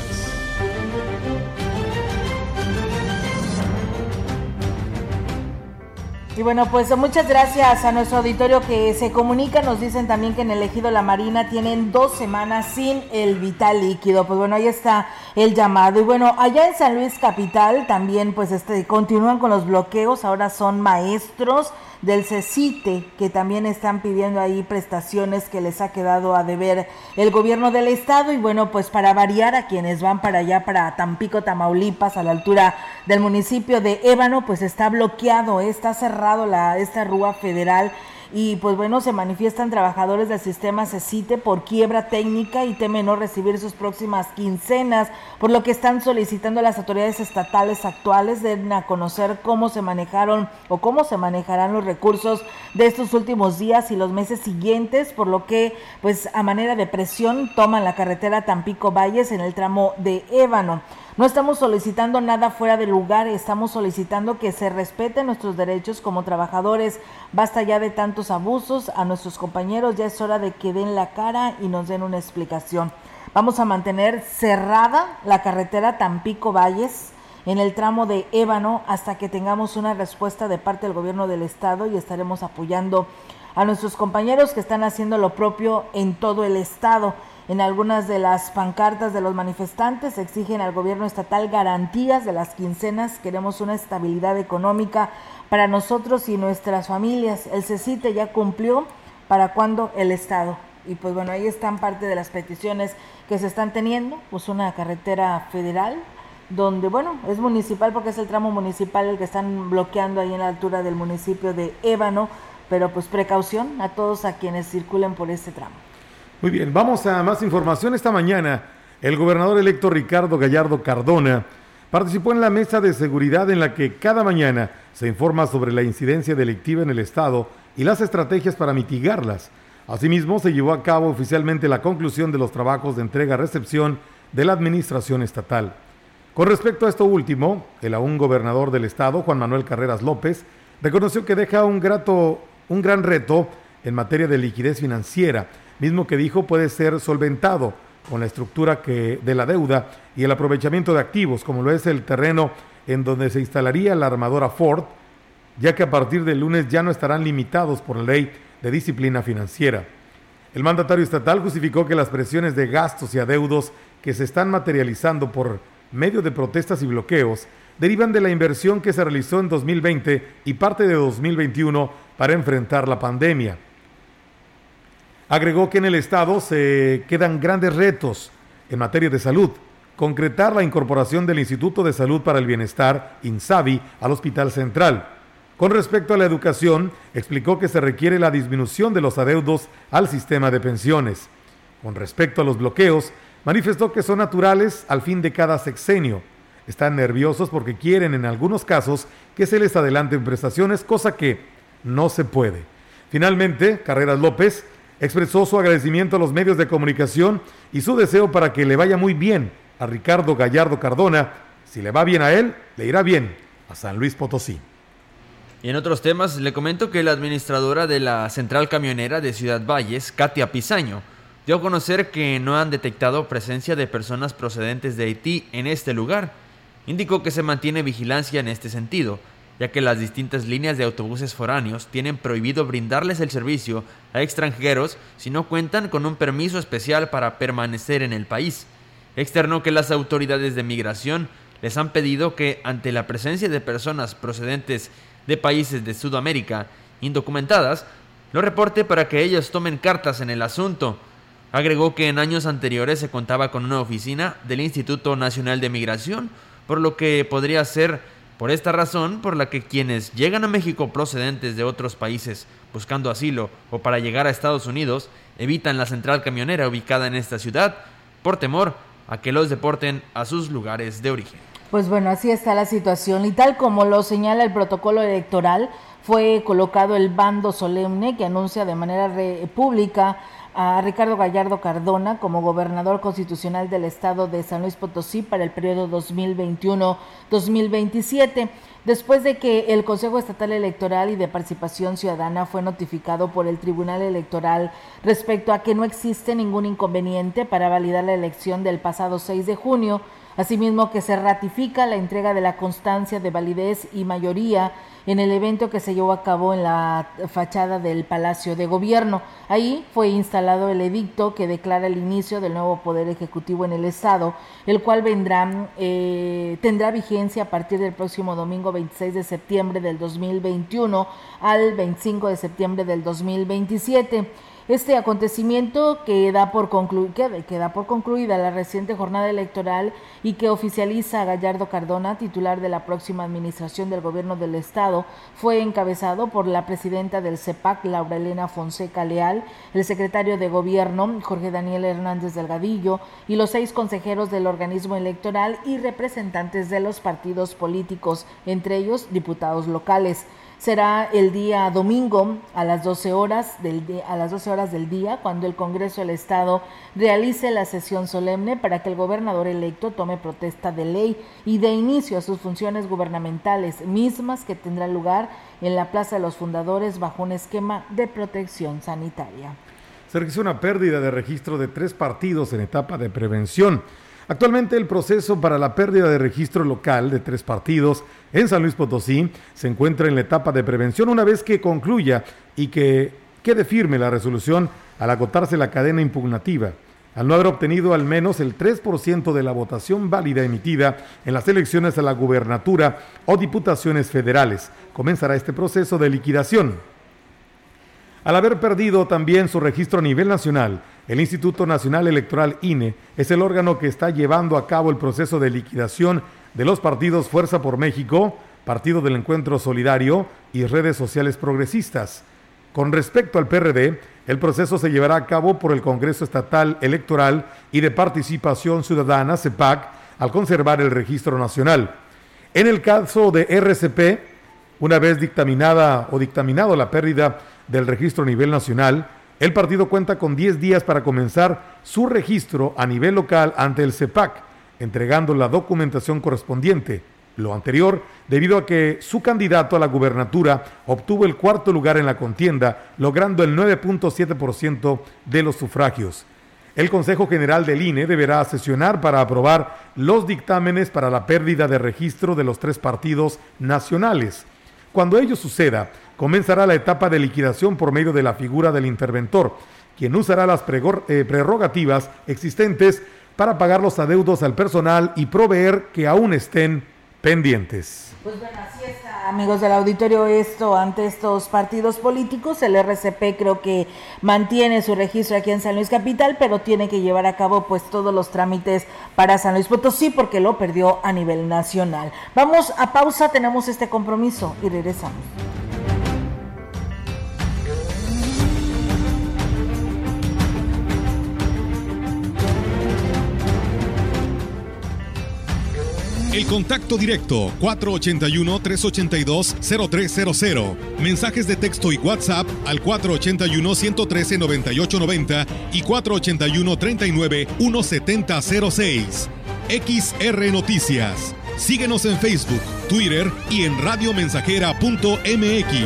Y bueno, pues muchas gracias a nuestro auditorio que se comunica. Nos dicen también que en el Ejido La Marina tienen dos semanas sin el vital líquido. Pues bueno, ahí está el llamado. Y bueno, allá en San Luis Capital también pues este continúan con los bloqueos. Ahora son maestros del CECITE que también están pidiendo ahí prestaciones que les ha quedado a deber el gobierno del estado. Y bueno, pues para variar, a quienes van para allá, para Tampico, Tamaulipas, a la altura del municipio de Ébano, pues está bloqueado, está cerrado la esta rúa federal. Y pues bueno, se manifiestan trabajadores del sistema CECITE por quiebra técnica y temen no recibir sus próximas quincenas, por lo que están solicitando a las autoridades estatales actuales den a conocer cómo se manejaron o cómo se manejarán los recursos de estos últimos días y los meses siguientes, por lo que pues a manera de presión toman la carretera Tampico Valles en el tramo de Ébano. No estamos solicitando nada fuera de lugar, estamos solicitando que se respeten nuestros derechos como trabajadores. Basta ya de tantos abusos a nuestros compañeros, ya es hora de que den la cara y nos den una explicación. Vamos a mantener cerrada la carretera Tampico Valles en el tramo de Ébano hasta que tengamos una respuesta de parte del gobierno del estado, y estaremos apoyando a nuestros compañeros que están haciendo lo propio en todo el estado. En algunas de las pancartas de los manifestantes exigen al gobierno estatal garantías de las quincenas. Queremos una estabilidad económica para nosotros y nuestras familias. El CECITE ya cumplió, ¿para cuándo el estado? Y pues bueno, ahí están parte de las peticiones que se están teniendo. Pues una carretera federal donde, bueno, es municipal porque es el tramo municipal el que están bloqueando ahí en la altura del municipio de Ébano, pero pues precaución a todos a quienes circulen por este tramo. Muy bien, vamos a más información. Esta mañana, el gobernador electo Ricardo Gallardo Cardona participó en la mesa de seguridad en la que cada mañana se informa sobre la incidencia delictiva en el estado y las estrategias para mitigarlas. Asimismo, se llevó a cabo oficialmente la conclusión de los trabajos de entrega-recepción de la administración estatal. Con respecto a esto último, el aún gobernador del estado, Juan Manuel Carreras López, reconoció que deja un, grato, un gran reto en materia de liquidez financiera, mismo que dijo puede ser solventado con la estructura que, de la deuda y el aprovechamiento de activos, como lo es el terreno en donde se instalaría la armadora Ford, ya que a partir del lunes ya no estarán limitados por la ley de disciplina financiera. El mandatario estatal justificó que las presiones de gastos y adeudos que se están materializando por medio de protestas y bloqueos derivan de la inversión que se realizó en dos mil veinte y parte de dos mil veintiuno para enfrentar la pandemia. Agregó que en el estado se quedan grandes retos en materia de salud, concretar la incorporación del Instituto de Salud para el Bienestar, INSABI, al Hospital Central. Con respecto a la educación, explicó que se requiere la disminución de los adeudos al sistema de pensiones. Con respecto a los bloqueos, manifestó que son naturales al fin de cada sexenio. Están nerviosos porque quieren en algunos casos que se les adelanten prestaciones, cosa que no se puede. Finalmente, Carreras López expresó su agradecimiento a los medios de comunicación y su deseo para que le vaya muy bien a Ricardo Gallardo Cardona. Si le va bien a él, le irá bien a San Luis Potosí. Y en otros temas, le comento que la administradora de la central camionera de Ciudad Valles, Katia Pizaño, dio a conocer que no han detectado presencia de personas procedentes de Haití en este lugar. Indicó que se mantiene vigilancia en este sentido, ya que las distintas líneas de autobuses foráneos tienen prohibido brindarles el servicio a extranjeros si no cuentan con un permiso especial para permanecer en el país. Externó que las autoridades de migración les han pedido que, ante la presencia de personas procedentes de países de Sudamérica indocumentadas, lo reporte para que ellos tomen cartas en el asunto. Agregó que en años anteriores se contaba con una oficina del Instituto Nacional de Migración, por lo que podría ser por esta razón por la que quienes llegan a México procedentes de otros países buscando asilo o para llegar a Estados Unidos evitan la central camionera ubicada en esta ciudad por temor a que los deporten a sus lugares de origen. Pues bueno, así está la situación y tal como lo señala el protocolo electoral, fue colocado el bando solemne que anuncia de manera re- pública a Ricardo Gallardo Cardona como gobernador constitucional del estado de San Luis Potosí para el periodo dos mil veintiuno a dos mil veintisiete, después de que el Consejo Estatal Electoral y de Participación Ciudadana fue notificado por el Tribunal Electoral respecto a que no existe ningún inconveniente para validar la elección del pasado seis de junio, asimismo que se ratifica la entrega de la constancia de validez y mayoría en el evento que se llevó a cabo en la fachada del Palacio de Gobierno. Ahí fue instalado el edicto que declara el inicio del nuevo Poder Ejecutivo en el Estado, el cual vendrá, eh, tendrá vigencia a partir del próximo domingo veintiséis de septiembre del dos mil veintiuno al veinticinco de septiembre del dos mil veintisiete. Este acontecimiento que da, por conclu- que, que da por concluida la reciente jornada electoral y que oficializa a Gallardo Cardona, titular de la próxima administración del gobierno del estado, fue encabezado por la presidenta del C E P A C, Laura Elena Fonseca Leal, el secretario de gobierno, Jorge Daniel Hernández Delgadillo, y los seis consejeros del organismo electoral y representantes de los partidos políticos, entre ellos diputados locales. Será el día domingo a las doce horas del día, a las doce horas del día cuando el Congreso del Estado realice la sesión solemne para que el gobernador electo tome protesta de ley y dé inicio a sus funciones gubernamentales, mismas que tendrán lugar en la Plaza de los Fundadores bajo un esquema de protección sanitaria. Se registró una pérdida de registro de tres partidos en etapa de prevención. Actualmente el proceso para la pérdida de registro local de tres partidos en San Luis Potosí se encuentra en la etapa de prevención una vez que concluya y que quede firme la resolución al agotarse la cadena impugnativa, al no haber obtenido al menos el tres por ciento de la votación válida emitida en las elecciones a la gubernatura o diputaciones federales. Comenzará este proceso de liquidación. Al haber perdido también su registro a nivel nacional, el Instituto Nacional Electoral I N E es el órgano que está llevando a cabo el proceso de liquidación de los partidos Fuerza por México, Partido del Encuentro Solidario y Redes Sociales Progresistas. Con respecto al P R D, el proceso se llevará a cabo por el Congreso Estatal Electoral y de Participación Ciudadana, C E P A C, al conservar el registro nacional. En el caso de R C P, una vez dictaminada o dictaminado la pérdida del registro a nivel nacional, el partido cuenta con diez días para comenzar su registro a nivel local ante el C E P A C. entregando la documentación correspondiente. Lo anterior, debido a que su candidato a la gubernatura obtuvo el cuarto lugar en la contienda, logrando el nueve punto siete por ciento de los sufragios. El Consejo General del I N E deberá sesionar para aprobar los dictámenes para la pérdida de registro de los tres partidos nacionales. Cuando ello suceda, comenzará la etapa de liquidación por medio de la figura del interventor, quien usará las prerrogativas existentes para pagar los adeudos al personal y proveer que aún estén pendientes. Pues bueno, así está, amigos del auditorio, esto ante estos partidos políticos. El R C P creo que mantiene su registro aquí en San Luis Capital, pero tiene que llevar a cabo pues todos los trámites para San Luis Potosí porque lo perdió a nivel nacional. Vamos a pausa, tenemos este compromiso y regresamos. El contacto directo cuatro ochenta y uno, trescientos ochenta y dos, cero tres cero cero. Mensajes de texto y WhatsApp al cuatro ochenta y uno, ciento trece, noventa y ocho noventa y cuatro ochenta y uno, treinta y nueve, ciento setenta cero seis. X R Noticias. Síguenos en Facebook, Twitter y en radiomensajera punto m x.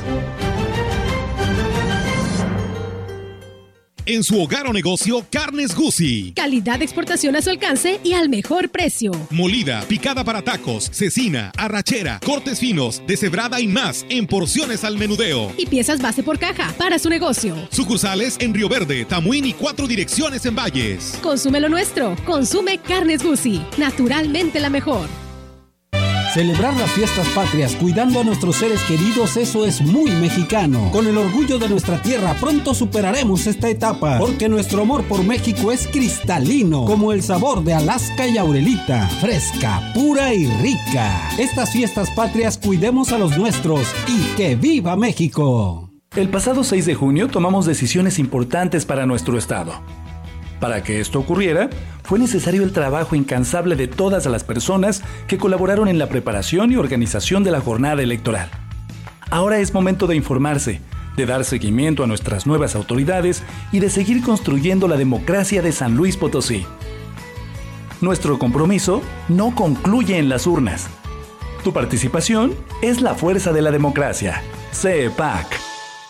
En su hogar o negocio, Carnes Guzzi. Calidad de exportación a su alcance y al mejor precio. Molida, picada para tacos, cecina, arrachera, cortes finos, deshebrada y más en porciones al menudeo. Y piezas base por caja para su negocio. Sucursales en Río Verde, Tamuín y cuatro direcciones en Valles. Consume lo nuestro. Consume Carnes Guzzi. Naturalmente la mejor. Celebrar las fiestas patrias cuidando a nuestros seres queridos, eso es muy mexicano. Con el orgullo de nuestra tierra pronto superaremos esta etapa, porque nuestro amor por México es cristalino, como el sabor de Alaska y Aurelita, fresca, pura y rica. Estas fiestas patrias cuidemos a los nuestros y ¡que viva México! El pasado seis de junio tomamos decisiones importantes para nuestro estado. Para que esto ocurriera, fue necesario el trabajo incansable de todas las personas que colaboraron en la preparación y organización de la jornada electoral. Ahora es momento de informarse, de dar seguimiento a nuestras nuevas autoridades y de seguir construyendo la democracia de San Luis Potosí. Nuestro compromiso no concluye en las urnas. Tu participación es la fuerza de la democracia. C E P A C.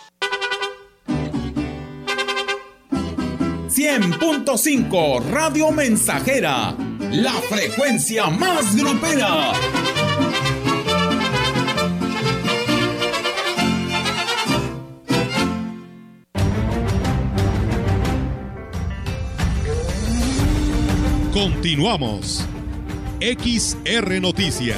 cien punto cinco Radio Mensajera, la frecuencia más grupera. Continuamos. X R Noticias.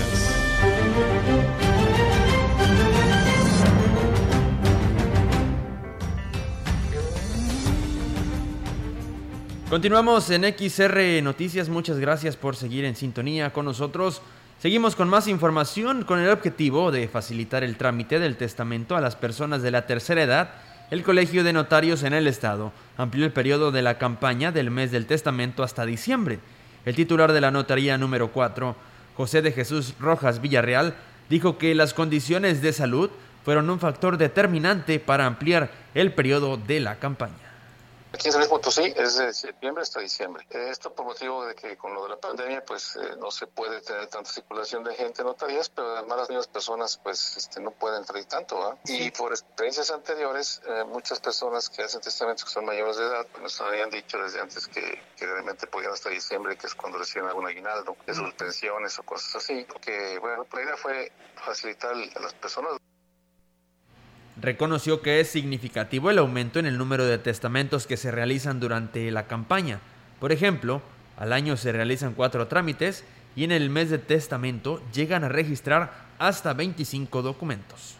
Continuamos en X R Noticias, muchas gracias por seguir en sintonía con nosotros. Seguimos con más información con el objetivo de facilitar el trámite del testamento a las personas de la tercera edad. El Colegio de Notarios en el Estado amplió el periodo de la campaña del mes del testamento hasta diciembre. El titular de la notaría número cuatro, José de Jesús Rojas Villarreal, dijo que las condiciones de salud fueron un factor determinante para ampliar el periodo de la campaña. Aquí en San Luis Potosí es de septiembre hasta diciembre. Esto por motivo de que con lo de la pandemia pues eh, no se puede tener tanta circulación de gente en notarías, pero además las mismas personas pues este, no pueden entrar tanto, ¿eh? Sí. Y por experiencias anteriores, eh, muchas personas que hacen testamentos que son mayores de edad pues, nos habían dicho desde antes que, que realmente podían hasta diciembre, que es cuando reciben algún aguinaldo, de sus pensiones o cosas así. Porque bueno, la idea fue facilitar a las personas. Reconoció que es significativo el aumento en el número de testamentos que se realizan durante la campaña. Por ejemplo, al año se realizan cuatro trámites y en el mes de testamento llegan a registrar hasta veinticinco documentos.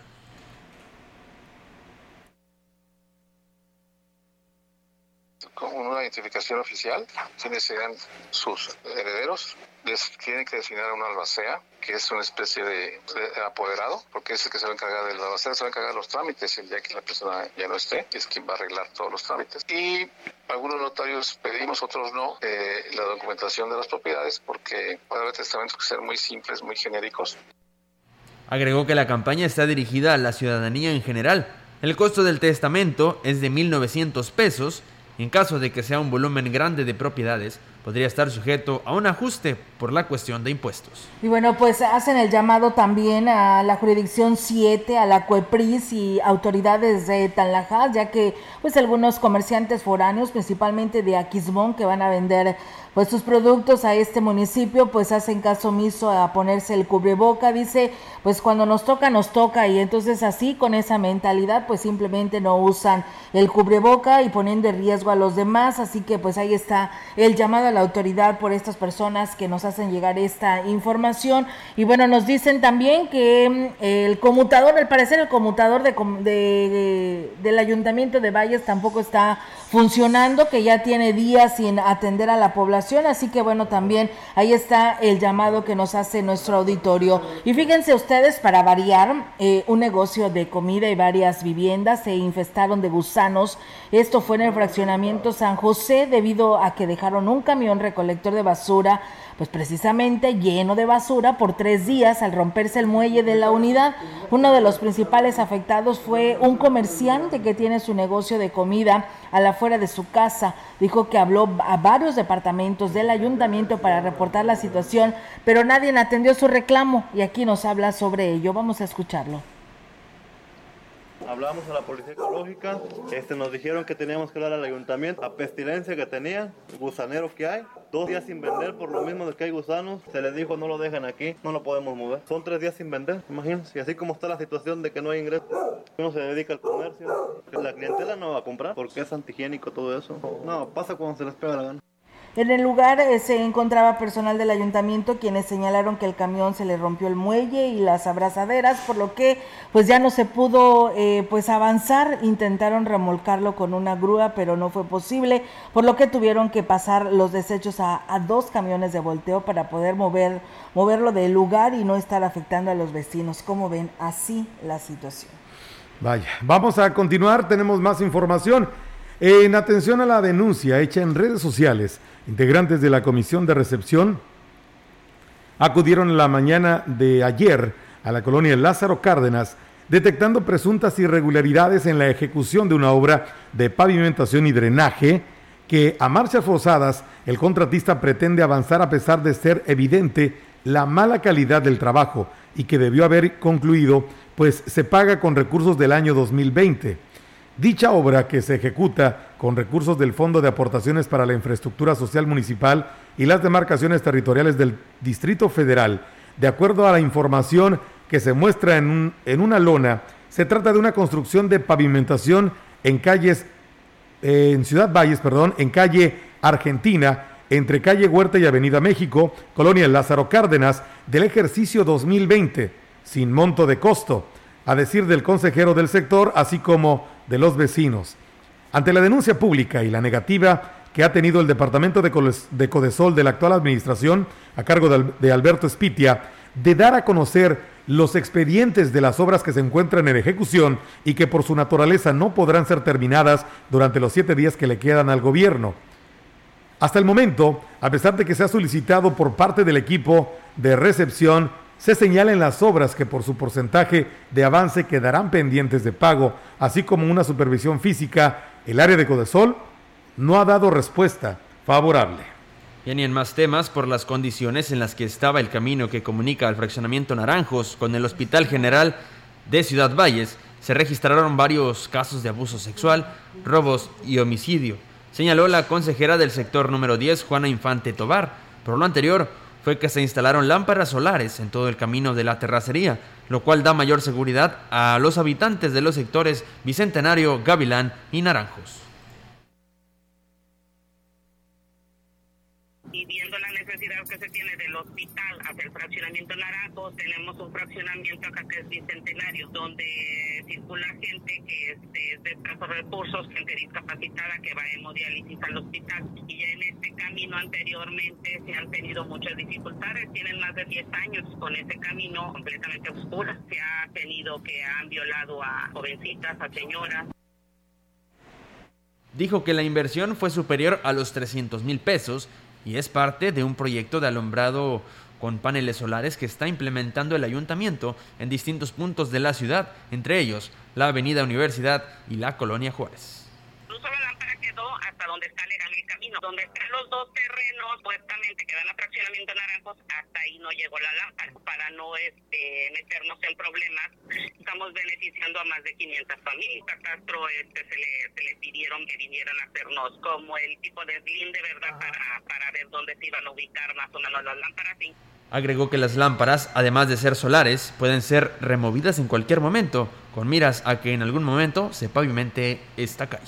Con una identificación oficial, quienes serán sus herederos, les tienen que designar a una albacea, que es una especie de, de apoderado, porque es el que se va a encargar del albacea, se va a encargar de los trámites el día que la persona ya no esté, es quien va a arreglar todos los trámites. Y algunos notarios pedimos, otros no, eh, la documentación de las propiedades, porque puede haber testamentos que sean muy simples, muy genéricos. Agregó que la campaña está dirigida a la ciudadanía en general. El costo del testamento es de mil novecientos pesos. En caso de que sea un volumen grande de propiedades, podría estar sujeto a un ajuste por la cuestión de impuestos. Y bueno, pues hacen el llamado también a la jurisdicción siete, a la COEPRIS y autoridades de Tanlajas, ya que pues algunos comerciantes foráneos, principalmente de Aquismón, que van a vender pues sus productos a este municipio, pues hacen caso omiso a ponerse el cubreboca. Dice, pues cuando nos toca, nos toca, y entonces así, con esa mentalidad, pues simplemente no usan el cubreboca y poniendo en riesgo a los demás. Así que pues ahí está el llamado a la autoridad por estas personas que nos hacen llegar esta información. Y bueno, nos dicen también que el conmutador, al parecer el conmutador de, de, de, del Ayuntamiento de Valles tampoco está funcionando, que ya tiene días sin atender a la población. Así que bueno, también ahí está el llamado que nos hace nuestro auditorio. Y fíjense ustedes, para variar, eh, un negocio de comida y varias viviendas se infestaron de gusanos. Esto fue en el fraccionamiento San José, debido a que dejaron un camión recolector de basura, pues precisamente lleno de basura por tres días al romperse el muelle de la unidad. Uno de los principales afectados fue un comerciante que tiene su negocio de comida a la afuera de su casa. Dijo que habló a varios departamentos del ayuntamiento para reportar la situación, pero nadie atendió su reclamo, y aquí nos habla sobre ello. Vamos a escucharlo. Hablamos a la policía ecológica, este, nos dijeron que teníamos que hablar al ayuntamiento, la pestilencia que tenía, gusaneros que hay, dos días sin vender por lo mismo de que hay gusanos, se les dijo no lo dejan aquí, no lo podemos mover, son tres días sin vender, imagínense, y así como está la situación de que no hay ingresos, uno se dedica al comercio, la clientela no va a comprar porque es antihigiénico todo eso, no, pasa cuando se les pega la gana. En el lugar eh, se encontraba personal del ayuntamiento, quienes señalaron que el camión se le rompió el muelle y las abrazaderas, por lo que pues ya no se pudo eh, pues avanzar. Intentaron remolcarlo con una grúa, pero no fue posible, por lo que tuvieron que pasar los desechos a, a dos camiones de volteo para poder mover moverlo del lugar y no estar afectando a los vecinos. Como ven, así la situación. Vaya, vamos a continuar, tenemos más información. En atención a la denuncia hecha en redes sociales, integrantes de la Comisión de Recepción acudieron en la mañana de ayer a la colonia Lázaro Cárdenas, detectando presuntas irregularidades en la ejecución de una obra de pavimentación y drenaje que, a marchas forzadas, el contratista pretende avanzar a pesar de ser evidente la mala calidad del trabajo y que debió haber concluido, pues se paga con recursos del año dos mil veinte. Dicha obra, que se ejecuta con recursos del Fondo de Aportaciones para la Infraestructura Social Municipal y las demarcaciones territoriales del Distrito Federal, de acuerdo a la información que se muestra en, un, en una lona, se trata de una construcción de pavimentación en calles, eh, en Ciudad Valles, perdón, en calle Argentina, entre calle Huerta y Avenida México, colonia Lázaro Cárdenas, del ejercicio dos mil veinte, sin monto de costo, a decir del consejero del sector, así como de los vecinos. Ante la denuncia pública y la negativa que ha tenido el departamento de, Coles, de Codesol de la actual administración, a cargo de, de Alberto Espitia, de dar a conocer los expedientes de las obras que se encuentran en ejecución y que por su naturaleza no podrán ser terminadas durante los siete días que le quedan al gobierno. Hasta el momento, a pesar de que se ha solicitado por parte del equipo de recepción, se señalan las obras que por su porcentaje de avance quedarán pendientes de pago, así como una supervisión física. El área de Codesol no ha dado respuesta favorable. Bien, y en más temas, por las condiciones en las que estaba el camino que comunica al fraccionamiento Naranjos con el Hospital General de Ciudad Valles, se registraron varios casos de abuso sexual, robos y homicidio, señaló la consejera del sector número diez, Juana Infante Tobar. Por lo anterior, fue que se instalaron lámparas solares en todo el camino de la terracería, lo cual da mayor seguridad a los habitantes de los sectores Bicentenario, Gavilán y Naranjos. Y viendo la necesidad que se tiene del hospital hacia el fraccionamiento Naranjos, tenemos un fraccionamiento acá que es Bicentenario, donde circula gente que es de, de escasos recursos, gente discapacitada que va a hemodiálisis al hospital. Y ya en este camino anteriormente se han tenido muchas dificultades, tienen más de diez años con ese camino completamente oscuro. Se ha tenido que han violado a jovencitas, a señoras. Dijo que la inversión fue superior a los trescientos mil pesos y es parte de un proyecto de alumbrado con paneles solares que está implementando el ayuntamiento en distintos puntos de la ciudad, entre ellos la Avenida Universidad y la Colonia Juárez. Incluso la lámpara quedó hasta donde está Legal y camino. Donde están los dos terrenos, supuestamente que dan a fraccionamiento Naranjos, hasta ahí no llegó la lámpara. Para no este, meternos en problemas, estamos beneficiando a más de quinientas familias. A Castro este, se, le, se le pidieron que vinieran a hacernos como el tipo de deslinde, ¿verdad? Para, para ver dónde se iban a ubicar más o menos las lámparas. Sí. Agregó que las lámparas, además de ser solares, pueden ser removidas en cualquier momento, con miras a que en algún momento se pavimente esta calle.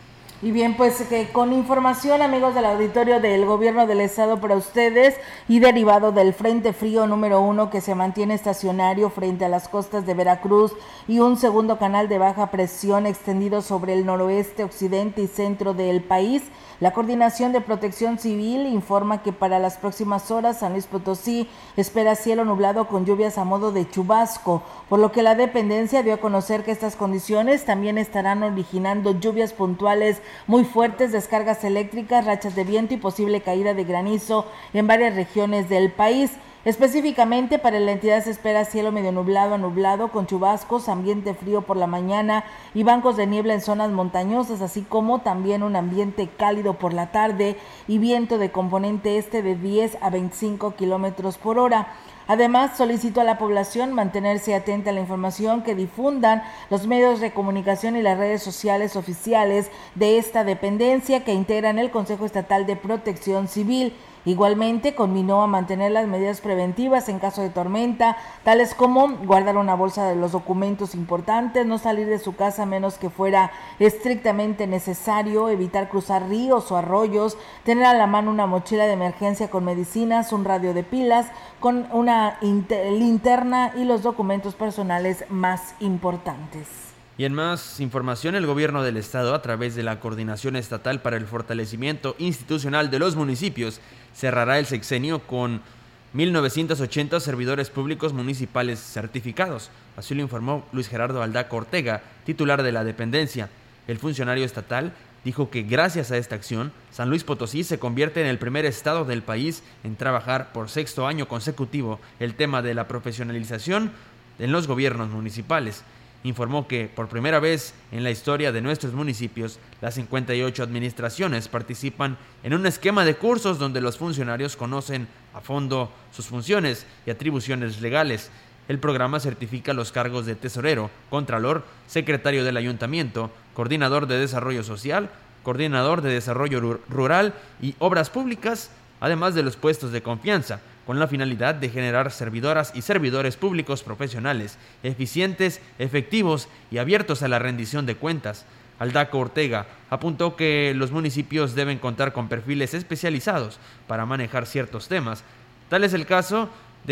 Y bien, pues que con información, amigos del auditorio del Gobierno del Estado para ustedes y derivado del Frente Frío número uno que se mantiene estacionario frente a las costas de Veracruz y un segundo canal de baja presión extendido sobre el noroeste, occidente y centro del país, la Coordinación de Protección Civil informa que para las próximas horas San Luis Potosí espera cielo nublado con lluvias a modo de chubasco, por lo que la dependencia dio a conocer que estas condiciones también estarán originando lluvias puntuales muy fuertes, descargas eléctricas, rachas de viento y posible caída de granizo en varias regiones del país. Específicamente para la entidad se espera cielo medio nublado a nublado con chubascos, ambiente frío por la mañana y bancos de niebla en zonas montañosas, así como también un ambiente cálido por la tarde y viento de componente este de diez a veinticinco kilómetros por hora. Además, solicitó a la población mantenerse atenta a la información que difundan los medios de comunicación y las redes sociales oficiales de esta dependencia que integran el Consejo Estatal de Protección Civil. Igualmente, conminó a mantener las medidas preventivas en caso de tormenta, tales como guardar una bolsa de los documentos importantes, no salir de su casa a menos que fuera estrictamente necesario, evitar cruzar ríos o arroyos, tener a la mano una mochila de emergencia con medicinas, un radio de pilas, con una linterna y los documentos personales más importantes. Y en más información, el gobierno del estado, a través de la Coordinación Estatal para el Fortalecimiento Institucional de los Municipios, cerrará el sexenio con mil novecientos ochenta servidores públicos municipales certificados. Así lo informó Luis Gerardo Aldaco Ortega, titular de la dependencia. El funcionario estatal dijo que gracias a esta acción, San Luis Potosí se convierte en el primer estado del país en trabajar por sexto año consecutivo el tema de la profesionalización en los gobiernos municipales. Informó que por primera vez en la historia de nuestros municipios, las cincuenta y ocho administraciones participan en un esquema de cursos donde los funcionarios conocen a fondo sus funciones y atribuciones legales. El programa certifica los cargos de tesorero, contralor, secretario del ayuntamiento, coordinador de desarrollo social, coordinador de desarrollo rural y obras públicas, además de los puestos de confianza, con la finalidad de generar servidoras y servidores públicos profesionales, eficientes, efectivos y abiertos a la rendición de cuentas. Aldaco Ortega apuntó que los municipios deben contar con perfiles especializados para manejar ciertos temas. Tal es el caso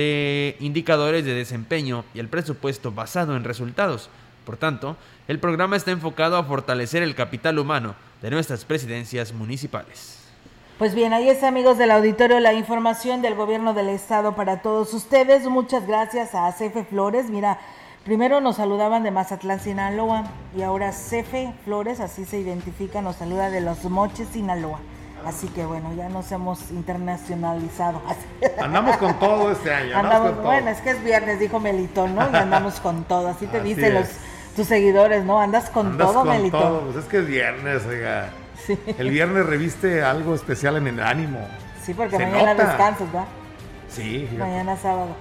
de indicadores de desempeño y el presupuesto basado en resultados. Por tanto, el programa está enfocado a fortalecer el capital humano de nuestras presidencias municipales. Pues bien, ahí está, amigos del auditorio, la información del gobierno del estado para todos ustedes. Muchas gracias a Cefe Flores. Mira, primero nos saludaban de Mazatlán, Sinaloa, y ahora Cefe Flores, así se identifica, nos saluda de Los Moches, Sinaloa. Así que bueno, ya nos hemos internacionalizado. Andamos con todo este año. Andamos, con bueno, todo. es que es viernes, dijo Melitón, ¿no? Y andamos con todo, así te Así dicen los, tus seguidores, ¿no? Andas con Andas todo, con Melitón. todo. Pues es que es viernes, oiga. Sí. El viernes reviste algo especial en el ánimo. Sí, porque Se mañana nota. descansas, ¿verdad? Sí, fíjate. Mañana sábado.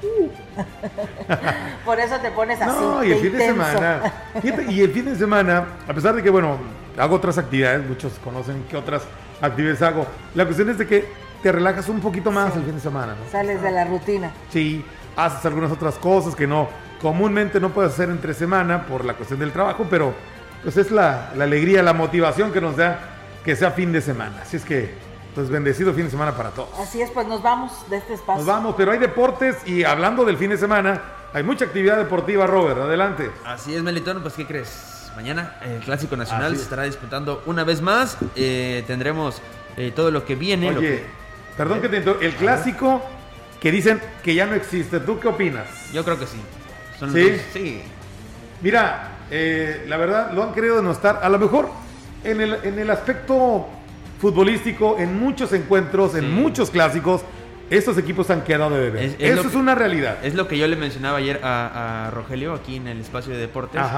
Por eso te pones así. No, y el fin intenso. de semana. Fíjate, y el fin de semana, a pesar de que, bueno, hago otras actividades, muchos conocen qué otras actividades hago. La cuestión es de que te relajas un poquito más sí. el fin de semana, ¿no? Sales de la rutina. Sí, haces algunas otras cosas que no, comúnmente no puedes hacer entre semana por la cuestión del trabajo, pero pues es la, la alegría, la motivación que nos da que sea fin de semana. Así es que, pues bendecido fin de semana para todos. Así es, pues nos vamos de este espacio. Nos vamos, pero hay deportes y hablando del fin de semana, hay mucha actividad deportiva, Robert. Adelante. Así es, Melitón, pues ¿qué crees? Mañana el Clásico Nacional se estará disputando una vez más. Eh, tendremos eh, todo lo que viene. Oye, lo que... perdón ¿Eh? que te interrumpa. El Clásico que dicen que ya no existe. ¿Tú qué opinas? Yo creo que sí. Son ¿Sí? Los... Sí. Mira, eh, la verdad lo han querido denostar. A lo mejor en el, en el aspecto futbolístico, en muchos encuentros, sí. en muchos clásicos, estos equipos han quedado de beber. Es, es Eso es que, una realidad. Es lo que yo le mencionaba ayer a, a Rogelio aquí en el espacio de deportes. Ajá.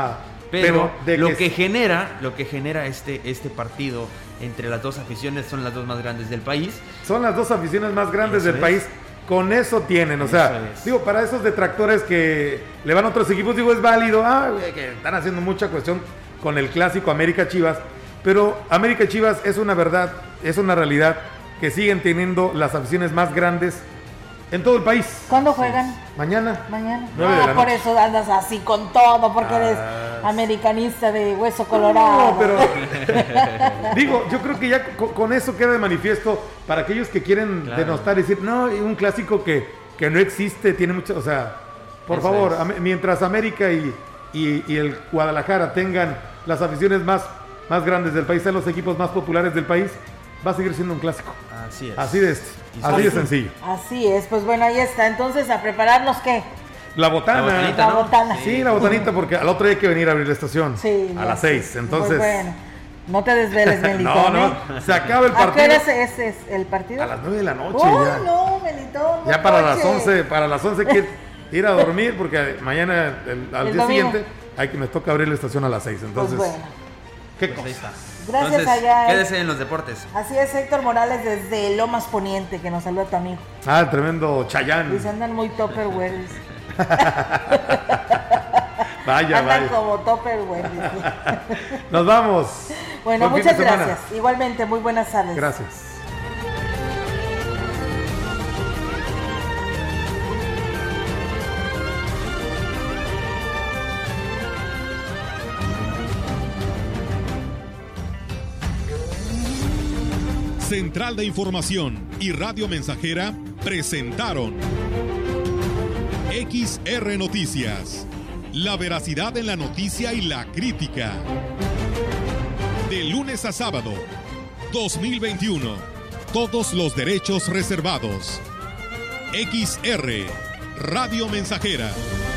Pero, Pero lo que, que genera, lo que genera este, este partido entre las dos aficiones, son las dos más grandes del país. Son las dos aficiones más grandes Eso del es. país. Con eso tienen, o sea, es. digo, para esos detractores que le van a otros equipos, digo, es válido, ah, que están haciendo mucha cuestión con el clásico América Chivas, pero América Chivas es una verdad, es una realidad que siguen teniendo las aficiones más grandes en todo el país. ¿Cuándo juegan? Mañana. Mañana. nueve de Ah, la por noche. eso andas así con todo, porque Ah, eres americanista de hueso colorado. No, pero digo, yo creo que ya con, con eso queda de manifiesto para aquellos que quieren Claro. denostar y decir, no, un clásico que, que no existe, tiene mucho, o sea, por Eso favor, es. am- mientras América y, y- y el Guadalajara tengan las aficiones más, más grandes del país, sean los equipos más populares del país, va a seguir siendo un clásico. Así es. Así de, este, así de sencillo. Así es, pues bueno, ahí está. Entonces, a prepararnos, ¿qué? La botana. La botanita, La ¿no? botana. Sí, la botanita, porque al otro día hay que venir a abrir la estación. Sí, a ya las sé. seis. Entonces. Pues bueno, no te desveles, Melitón. No, no, ¿eh? se acaba el ¿A qué partido. hora es, es- es el partido? A las nueve de la noche ¡Oh, ya. no, Melitón! no Ya para las coche. once, para las once quiero ir a dormir porque mañana, el- al El día domingo. siguiente, hay que me toca abrir la estación a las seis. Entonces, Pues bueno. ¿qué Pues ahí cosa? está. Gracias, Entonces, allá, eh. quédese en los deportes. Así es, Héctor Morales desde Lomas Poniente, que nos saluda tu amigo. Ah, el tremendo Chayán. Dice, andan muy topperware. dice. Vaya, Andan vaya. como topperware. dice. Nos vamos. Bueno, Buen fin muchas de semana. gracias. Igualmente, muy buenas tardes. Gracias. Central de Información y Radio Mensajera presentaron X R Noticias. La veracidad en la noticia y la crítica. De lunes a sábado, dos mil veintiuno. Todos los derechos reservados. X R, Radio Mensajera.